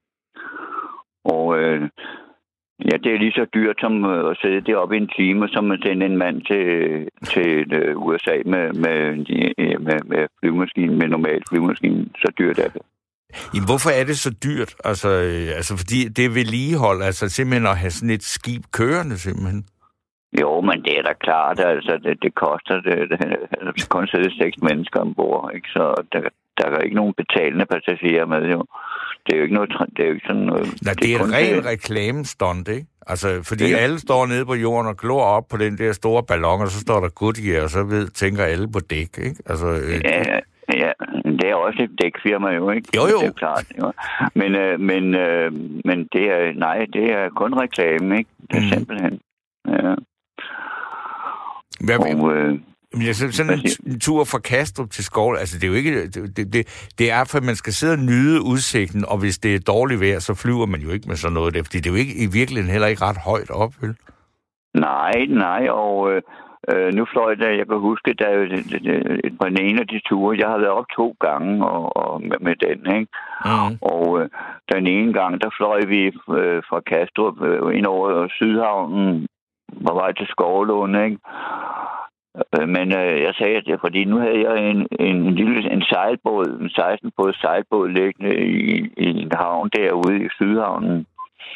Og øh, ja, det er lige så dyrt som øh, at sidde deroppe i en time, som at sende en mand til, til øh, U S A med, med, med, med flyvemaskinen, med normal flyvemaskinen. Så dyrt er det. Jamen, hvorfor er det så dyrt? Altså, øh, altså fordi det er vedligehold, altså simpelthen at have sådan et skib kørende, simpelthen. Jo, men det er da klart, altså det, det koster, det, det, det kun sidde seks mennesker ombord, ikke? Så der, der er ikke nogen betalende passagerer med, jo. Det er jo ikke noget, det er jo ikke sådan noget... Nej, det, det er et rent reklamestunt, ikke? Altså, fordi ja. Alle står nede på jorden og glor op på den der store ballon, og så står der Goodyear, og så ved, tænker alle på dæk, ikke? Altså, øh, ja, ja, ja, det er også et dækfirma, jo, ikke? Jo, jo. Det er klart, jo. Men, øh, men, øh, men det er, nej, det er kun reklame, ikke? Det er mm. simpelthen, ja. Hvad, og, øh, men sådan, sådan en, en tur fra Kastrup til Skov, altså det er jo ikke, det, det, det er for, at man skal sidde og nyde udsigten, og hvis det er dårligt vejr, så flyver man jo ikke med sådan noget der, fordi det er jo ikke i virkeligheden heller ikke ret højt op, vel? Nej, nej, og øh, nu fløj der, jeg kan huske, der er jo på en ene af de ture, jeg har været op to gange og, og med, med den, ikke? Mm. Og øh, den ene gang, der fløj vi øh, fra Kastrup øh, ind over Sydhavnen, på vej til Skovlunde, ikke? Men øh, jeg sagde det, fordi nu havde jeg en, en lille en sejlbåd, en seksten-båds sejlbåd liggende i, i en havn derude i Sydhavnen.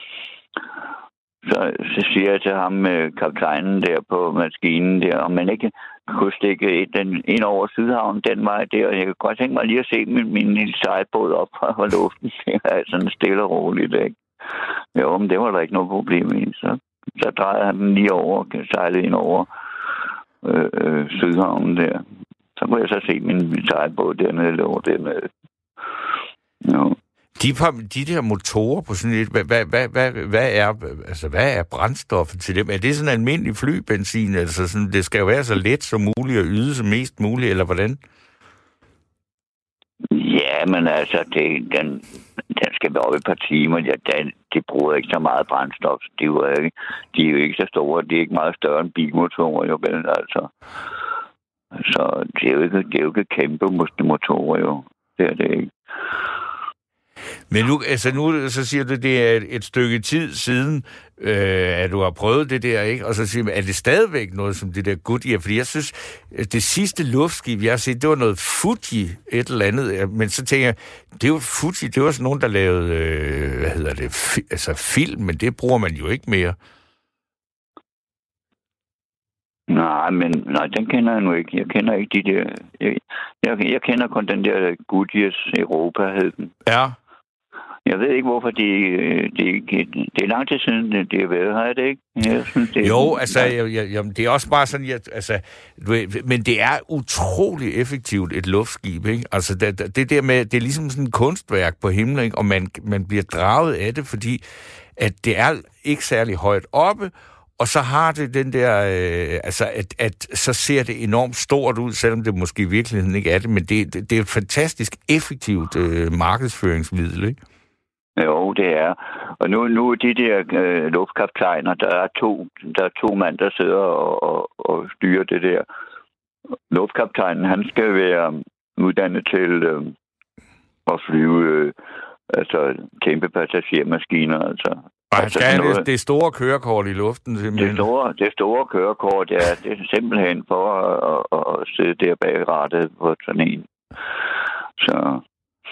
Så, så siger jeg til ham, kaptajnen der på maskinen der, om man ikke kunne stikke den ind over Sydhavnen den vej der, og jeg kan godt tænke mig lige at se min, min lille sejlbåd op fra luften. Det er sådan stille og roligt, ikke? Jo, men det var der ikke noget problem i, så... Så drejer han den lige over og kan sejle ind over øh, øh, Sydhavnen der. Så kunne jeg så se min, min sejlbåd dernede, eller over dernede. Jo. De, de der motorer på sådan et, hvad, hvad, hvad, hvad, hvad, er, altså, hvad er brændstoffet til dem? Er det sådan almindelig flybenzin? Altså sådan, det skal jo være så let som muligt og yde så mest muligt, eller hvordan? Ja, men altså, det, den, den skal være oppe et par timer. Ja, den, de bruger ikke så meget brændstof. De er, jo ikke, de er jo ikke så store. De er ikke meget større end bilmotorer, jo vel, altså. Så det er jo ikke, det er jo ikke kæmpe motorer, jo. Det er det ikke. Men nu, altså nu så siger du, det er et, et stykke tid siden, øh, at du har prøvet det der, ikke? Og så siger man, er det stadigvæk noget som det der Goodyear? Fordi jeg synes, det sidste luftskib, jeg har set, det var noget Fuji, et eller andet. Men så tænker jeg, det var Fuji, det var sådan nogen, der lavede, øh, hvad hedder det, fi, altså film, men det bruger man jo ikke mere. Nej, men nej, den kender jeg nu ikke. Jeg kender ikke de der... Jeg, jeg, jeg kender kun den der Goodyears Europa, hed den. Ja. Jeg ved ikke, hvorfor de, de, de, det er lang tid siden, de har været her, er det ikke? Jeg synes, det er, jo, altså, jeg, jeg, jeg, det er også bare sådan, jeg, altså, men det er utrolig effektivt, et luftskib, ikke? Altså, det, det der med, det er ligesom sådan et kunstværk på himlen, ikke? Og man, man bliver draget af det, fordi at det er ikke særlig højt oppe, og så har det den der, øh, altså, at, at så ser det enormt stort ud, selvom det måske i virkeligheden ikke er det, men det, det, det er et fantastisk effektivt øh, markedsføringsmiddel, ikke? Jo, det er. Og nu, nu de der øh, luftkaptajner, der er to, der er to mand, der sidder og, og, og styrer det der. Luftkaptajnen, han skal være uddannet til øh, at flyve øh, altså kæmpe passagermaskiner, altså. Og han skal have noget... det store kørekort i luften, simpelthen. Det store, det store kørekort, ja, det er simpelthen for at, at, at sidde der bag rattet på sådan en. Så...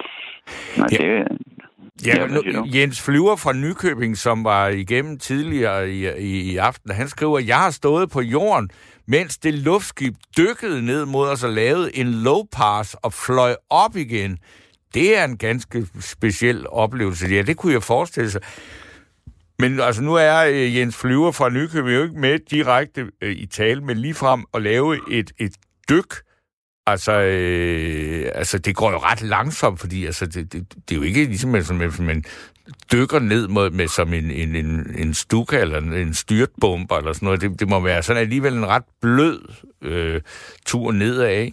Nej, ja. det... Ja, nu, Jens Flyver fra Nykøbing, som var igennem tidligere i, i, i aften, han skriver, jeg har stået på jorden, mens det luftskib dykkede ned mod os og lavede en low pass og fløj op igen. Det er en ganske speciel oplevelse. Ja, det kunne jeg forestille sig. Men altså, nu er Jens Flyver fra Nykøbing jo ikke med direkte øh, i tale, men ligefrem at lave et, et dyk. Altså, øh, altså, det går jo ret langsomt, fordi altså, det, det, det er jo ikke ligesom, at man dykker ned med, med som en, en, en, en stuka eller en, en styrtbomber eller sådan noget. Det, det må være sådan alligevel en ret blød øh, tur nedad, ikke?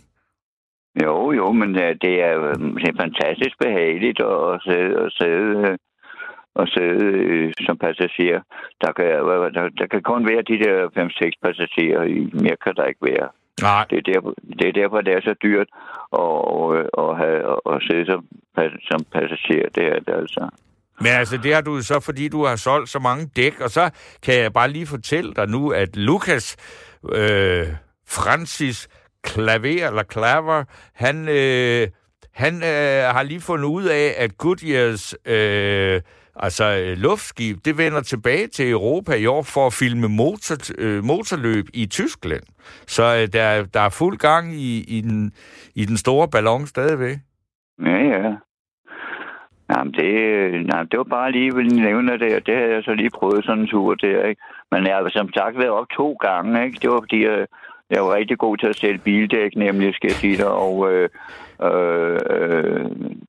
Jo, jo, men ja, det er jo fantastisk behageligt at sidde og sidde... og sidde øh, som passager. Der kan, der, der kan kun være de der fem seks passagerer i. Mere kan der ikke være. Nej. Det er derfor, det er, derfor, det er så dyrt at, at, have, at sidde som, som passager. Det er det altså. Men altså, det har du så, fordi du har solgt så mange dæk, og så kan jeg bare lige fortælle dig nu, at Lukas øh, Francis Klaver, eller Klaver, han, øh, han øh, har lige fundet ud af, at Goodyears øh, altså luftskib, det vender tilbage til Europa i år for at filme motor, øh, motorløb i Tyskland. Så øh, der, der er fuld gang i, i, den, i den store ballon stadigvæk. Ja, ja. Jamen, det, jamen, det var bare lige, vil nævne det, og det havde jeg så lige prøvet sådan en tur der, ikke? Men jeg har som sagt været op to gange, ikke? Det var fordi, jeg, jeg var rigtig god til at sælge bildæk, nemlig, skal jeg sige dig, og øh, øh, øh,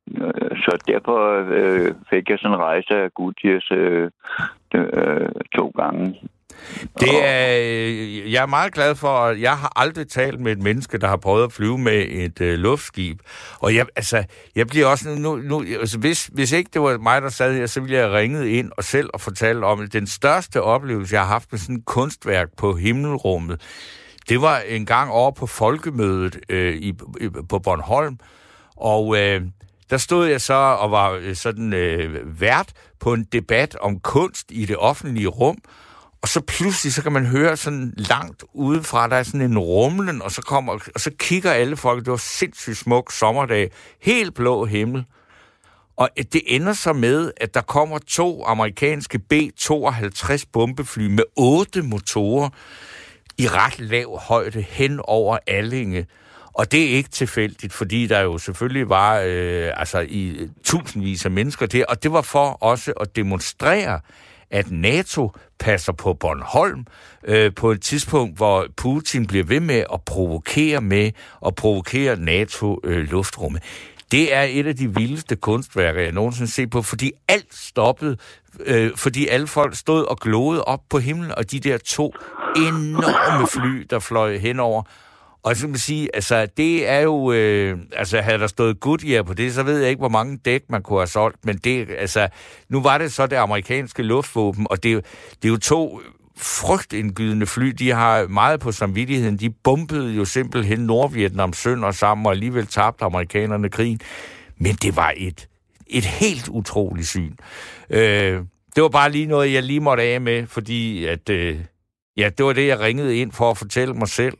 så derfor øh, fik jeg sådan en rejse af Goodyears øh, øh, to gange. Det er, jeg er meget glad for, at jeg har aldrig talt med et menneske, der har prøvet at flyve med et øh, luftskib. Og jeg, altså, jeg bliver også nu, nu altså, hvis, hvis ikke det var mig, der sad her, så ville jeg have ringet ind og selv og fortælle om det. Den største oplevelse, jeg har haft med sådan et kunstværk på himmelrummet, det var en gang over på Folkemødet øh, i, på Bornholm, og øh, der stod jeg så og var sådan øh, vært på en debat om kunst i det offentlige rum, og så pludselig så kan man høre sådan langt udefra, der er sådan en rumlen, og så kommer og så kigger alle folk. Det var sindssygt smuk sommerdag, helt blå himmel. Og det ender så med, at der kommer to amerikanske B tooghalvtreds bombefly med otte motorer i ret lav højde hen over Allinge. Og det er ikke tilfældigt, fordi der jo selvfølgelig var øh, altså i tusindvis af mennesker der, og det var for også at demonstrere, at NATO passer på Bornholm øh, på et tidspunkt, hvor Putin bliver ved med at provokere med og provokere NATO-luftrummet. Øh, det er et af de vildeste kunstværker, jeg nogensinde set på, fordi alt stoppede, øh, fordi alle folk stod og glodede op på himlen, og de der to enorme fly, der fløj henover. Og så kan man sige, altså, det er jo, øh, altså, havde der stået Goodyear på det, så ved jeg ikke, hvor mange dæk man kunne have solgt, men det, altså, nu var det så det amerikanske luftvåben, og det, det er jo to frygtindgydende fly, de har meget på samvittigheden, de bombede jo simpelthen Nordvietnam sønder sammen, og alligevel tabte amerikanerne krigen, men det var et, et helt utroligt syn. Øh, det var bare lige noget, jeg lige måtte af med, fordi at, øh, ja, det var det, jeg ringede ind for at fortælle mig selv.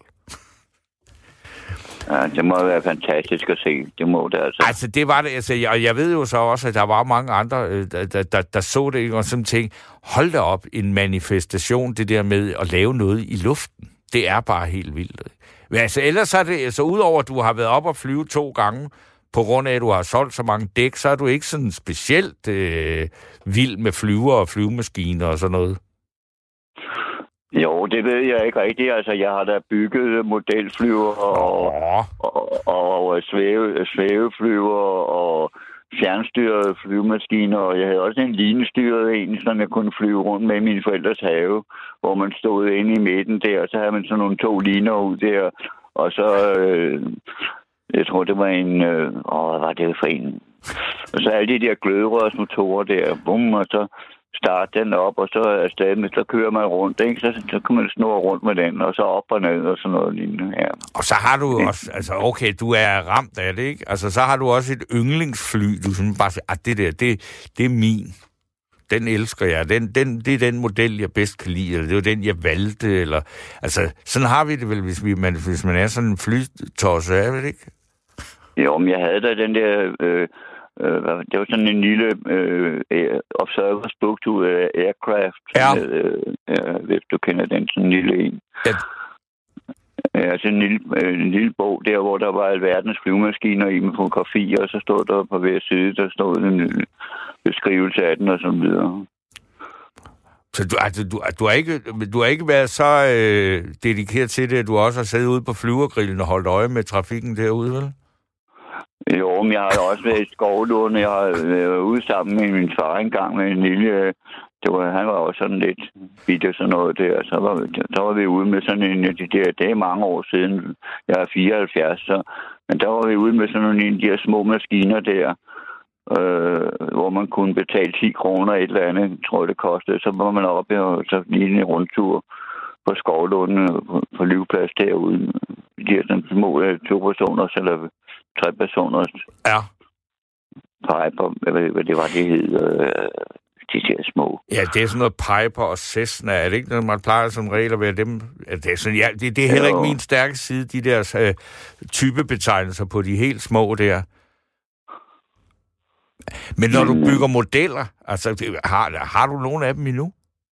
Ja, det må være fantastisk at se. Det må det altså. Altså, det var det. Altså, og jeg ved jo så også, at der var mange andre, der, der, der, der så det, og sådan tænkte, hold da op, en manifestation, det der med at lave noget i luften. Det er bare helt vildt. Men altså, ellers er det, altså, udover at du har været op og flyve to gange på grund af, at du har solgt så mange dæk, så er du ikke sådan specielt øh, vild med flyver og flyvemaskiner og sådan noget. Jo, det ved jeg ikke rigtigt. Altså, jeg har da bygget modelflyver og, oh. og, og, og svæve, svæveflyver og fjernstyrede flyvemaskiner, og jeg havde også en linestyret en, som jeg kunne flyve rundt med i mine forældres have, hvor man stod inde i midten der, og så havde man sådan nogle to liner ud der, og så, øh, jeg tror, det var en, øh, åh, hvad var det for en? Og så alle de der gløderørsmotorer der, bum, og så starte den op, og så er stadig med, så kører man rundt, ikke? Så, så kan man snurre rundt med den, og så op og ned, og sådan noget lignende her. Og så har du også, altså okay, du er ramt af det, ikke? Altså, så har du også et yndlingsfly, du sådan bare siger, at det der, det, det er min. Den elsker jeg. Den, den, det er den model, jeg bedst kan lide, eller det var den, jeg valgte, eller... Altså, sådan har vi det vel, hvis, vi, man, hvis man er sådan en flytosse, er det ikke? Jo, men jeg havde da den der... Øh, Uh, det var sådan en lille uh, observer spoke to uh, aircraft. Ja. Med, uh, hvis du kender den, sådan en lille en. Ja. Uh, altså en lille, uh, en lille bog der, hvor der var alverdens flyvemaskiner i med fotografier, og så stod der på hver side, der stod en beskrivelse af den og så videre. Så du, altså, du, du, har ikke, du har ikke været så øh, dedikeret til det, at du også har siddet ude på flyvergrillen og holdt øje med trafikken derude, vel? Jo, men jeg har også været i Skovlund. Jeg har været ude sammen med min far engang med en lille... Det var, han var også sådan lidt bitte sådan noget der. Så var, så var vi ude med sådan en af de der... Det er mange år siden. Jeg er fireoghalvfjerds, så... Men der var vi ude med sådan en af de her små maskiner der, øh, hvor man kunne betale ti kroner et eller andet, tror jeg det kostede. Så var man oppe og så lige en rundtur på Skovlund på, på livplads derude. De her sådan små to personer, eller tre personer. Ja. Piper, hvad, hvad det var, det hed, øh, de der små. Ja, det er sådan noget Piper og Cessna. Er det ikke noget, man plejer som regel at være dem? Det er, sådan, ja, det, det er heller jo. Ikke min stærke side, de der øh, typebetegnelser på de helt små der. Men når du bygger modeller, altså, har, har du nogle af dem endnu?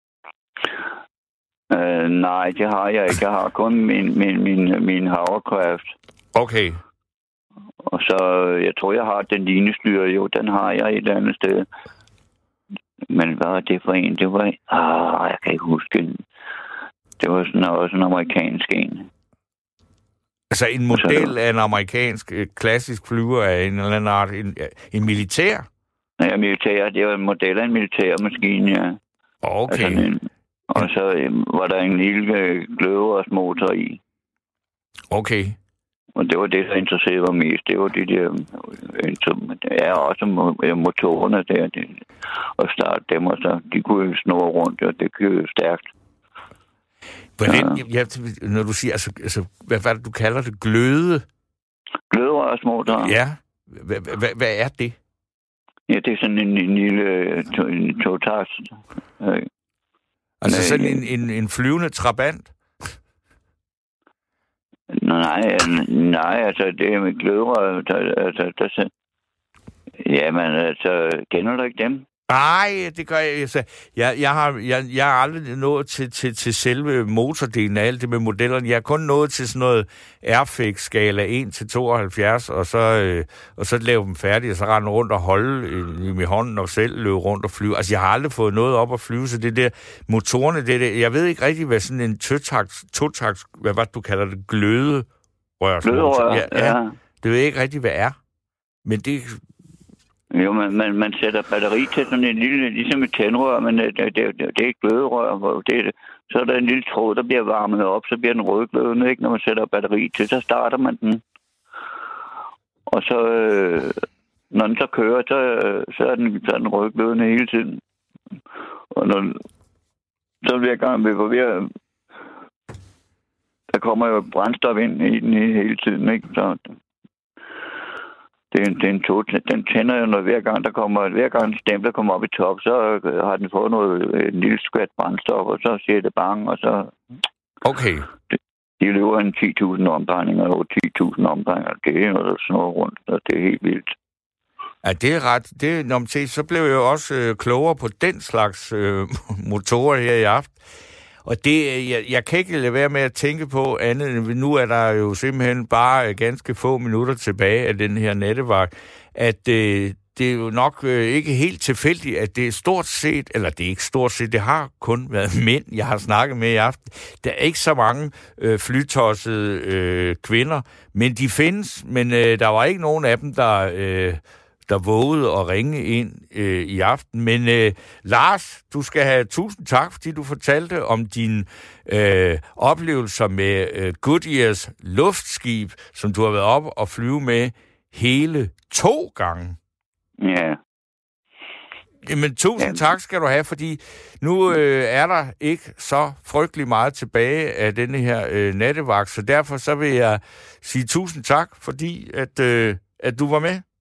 Uh, nej, det har jeg ikke. Jeg har kun min, min, min, min hovercraft. Okay. Og så, jeg tror, jeg har den linestyrer, jo, den har jeg et eller andet sted. Men hvad var det for en? Det var, ah, jeg kan ikke huske den. Det var sådan også en amerikansk en. Altså en model så, af en amerikansk klassisk flyver af en eller anden art, en, en militær? Ja, militær. Det var en model af en militærmaskine, ja. Okay. Altså en, og så var der en lille gløderørsmotor i. Okay. Og det var det, der interesserede mig mest. Det var de der... Det er også motorerne der. De, og starte dem, og så de kunne jo snurre rundt, og det kørte stærkt. Hvordan, ja. Ja, når du siger, altså, altså hvad, hvad du kalder det? Gløde? Gløderørsmotor. Ja. Hvad, hvad, hvad er det? Ja, det er sådan en, en lille togtaks. Altså sådan en, en, en flyvende trabant? Nej, nej, altså det er med gløderør, altså, der, jamen, altså, kender du ikke dem? Nej, det gør jeg. Altså, jeg, jeg, har, jeg, jeg har aldrig nået til, til, til selve motordelen af alt det med modellerne. Jeg har kun nået til sådan noget Airfix-skala en til tooghalvfjerds, og så, øh, og så lave dem færdige, og så rende rundt og holde øh, i min hånd og selv løbe rundt og flyve. Altså, jeg har aldrig fået noget op at flyve, så det der motorerne, det der, jeg ved ikke rigtig, hvad sådan en totaks, totaks, hvad var det, du kalder det, gløde rørsmotor. Ja, ja. ja. Det ved jeg ikke rigtig, hvad er. Men det... Jo, man, man, man sætter batteri til sådan en lille, ligesom et tændrør, men det, det, det, det er ikke gløderør. Det, så er der en lille tråd, der bliver varmet op, så bliver den rødglødende, ikke? Når man sætter batteri til, så starter man den. Og så, øh, når den så kører, så, så, er, den, så er den rødglødende hele tiden. Og når, så hver gang vi var ved at... Der kommer jo brændstof ind i den hele tiden, ikke? Så... Det er en, det er en tog, den tænder jo, når hver gang der kommer, hver gang stempler kommer op i top, så har den fået noget, en lille skvat brændstof, og så siger det bang, og så... Okay. De, de løber en ti tusind omdrejninger, over ti tusind omdrejninger. Det er noget, der snurrer rundt, og det er helt vildt. Ja, det er ret. Det, når man ser, så blev jeg jo også øh, klogere på den slags øh, motorer her i aften. Og det, jeg, jeg kan ikke lade være med at tænke på andet, end nu er der jo simpelthen bare ganske få minutter tilbage af den her nattevagt, at øh, det er jo nok øh, ikke helt tilfældigt, at det er stort set, eller det er ikke stort set, det har kun været mænd, jeg har snakket med i aften. Der er ikke så mange øh, flytossede øh, kvinder, men de findes, men øh, der var ikke nogen af dem, der... Øh, der vågede at ringe ind øh, i aften. Men øh, Lars, du skal have tusind tak, fordi du fortalte om dine øh, oplevelser med øh, Goodyears luftskib, som du har været op og flyve med hele to gange. Ja. Jamen, tusind ja. tak skal du have, fordi nu øh, er der ikke så frygtelig meget tilbage af denne her øh, nattevagt, så derfor så vil jeg sige tusind tak, fordi at, øh, at du var med.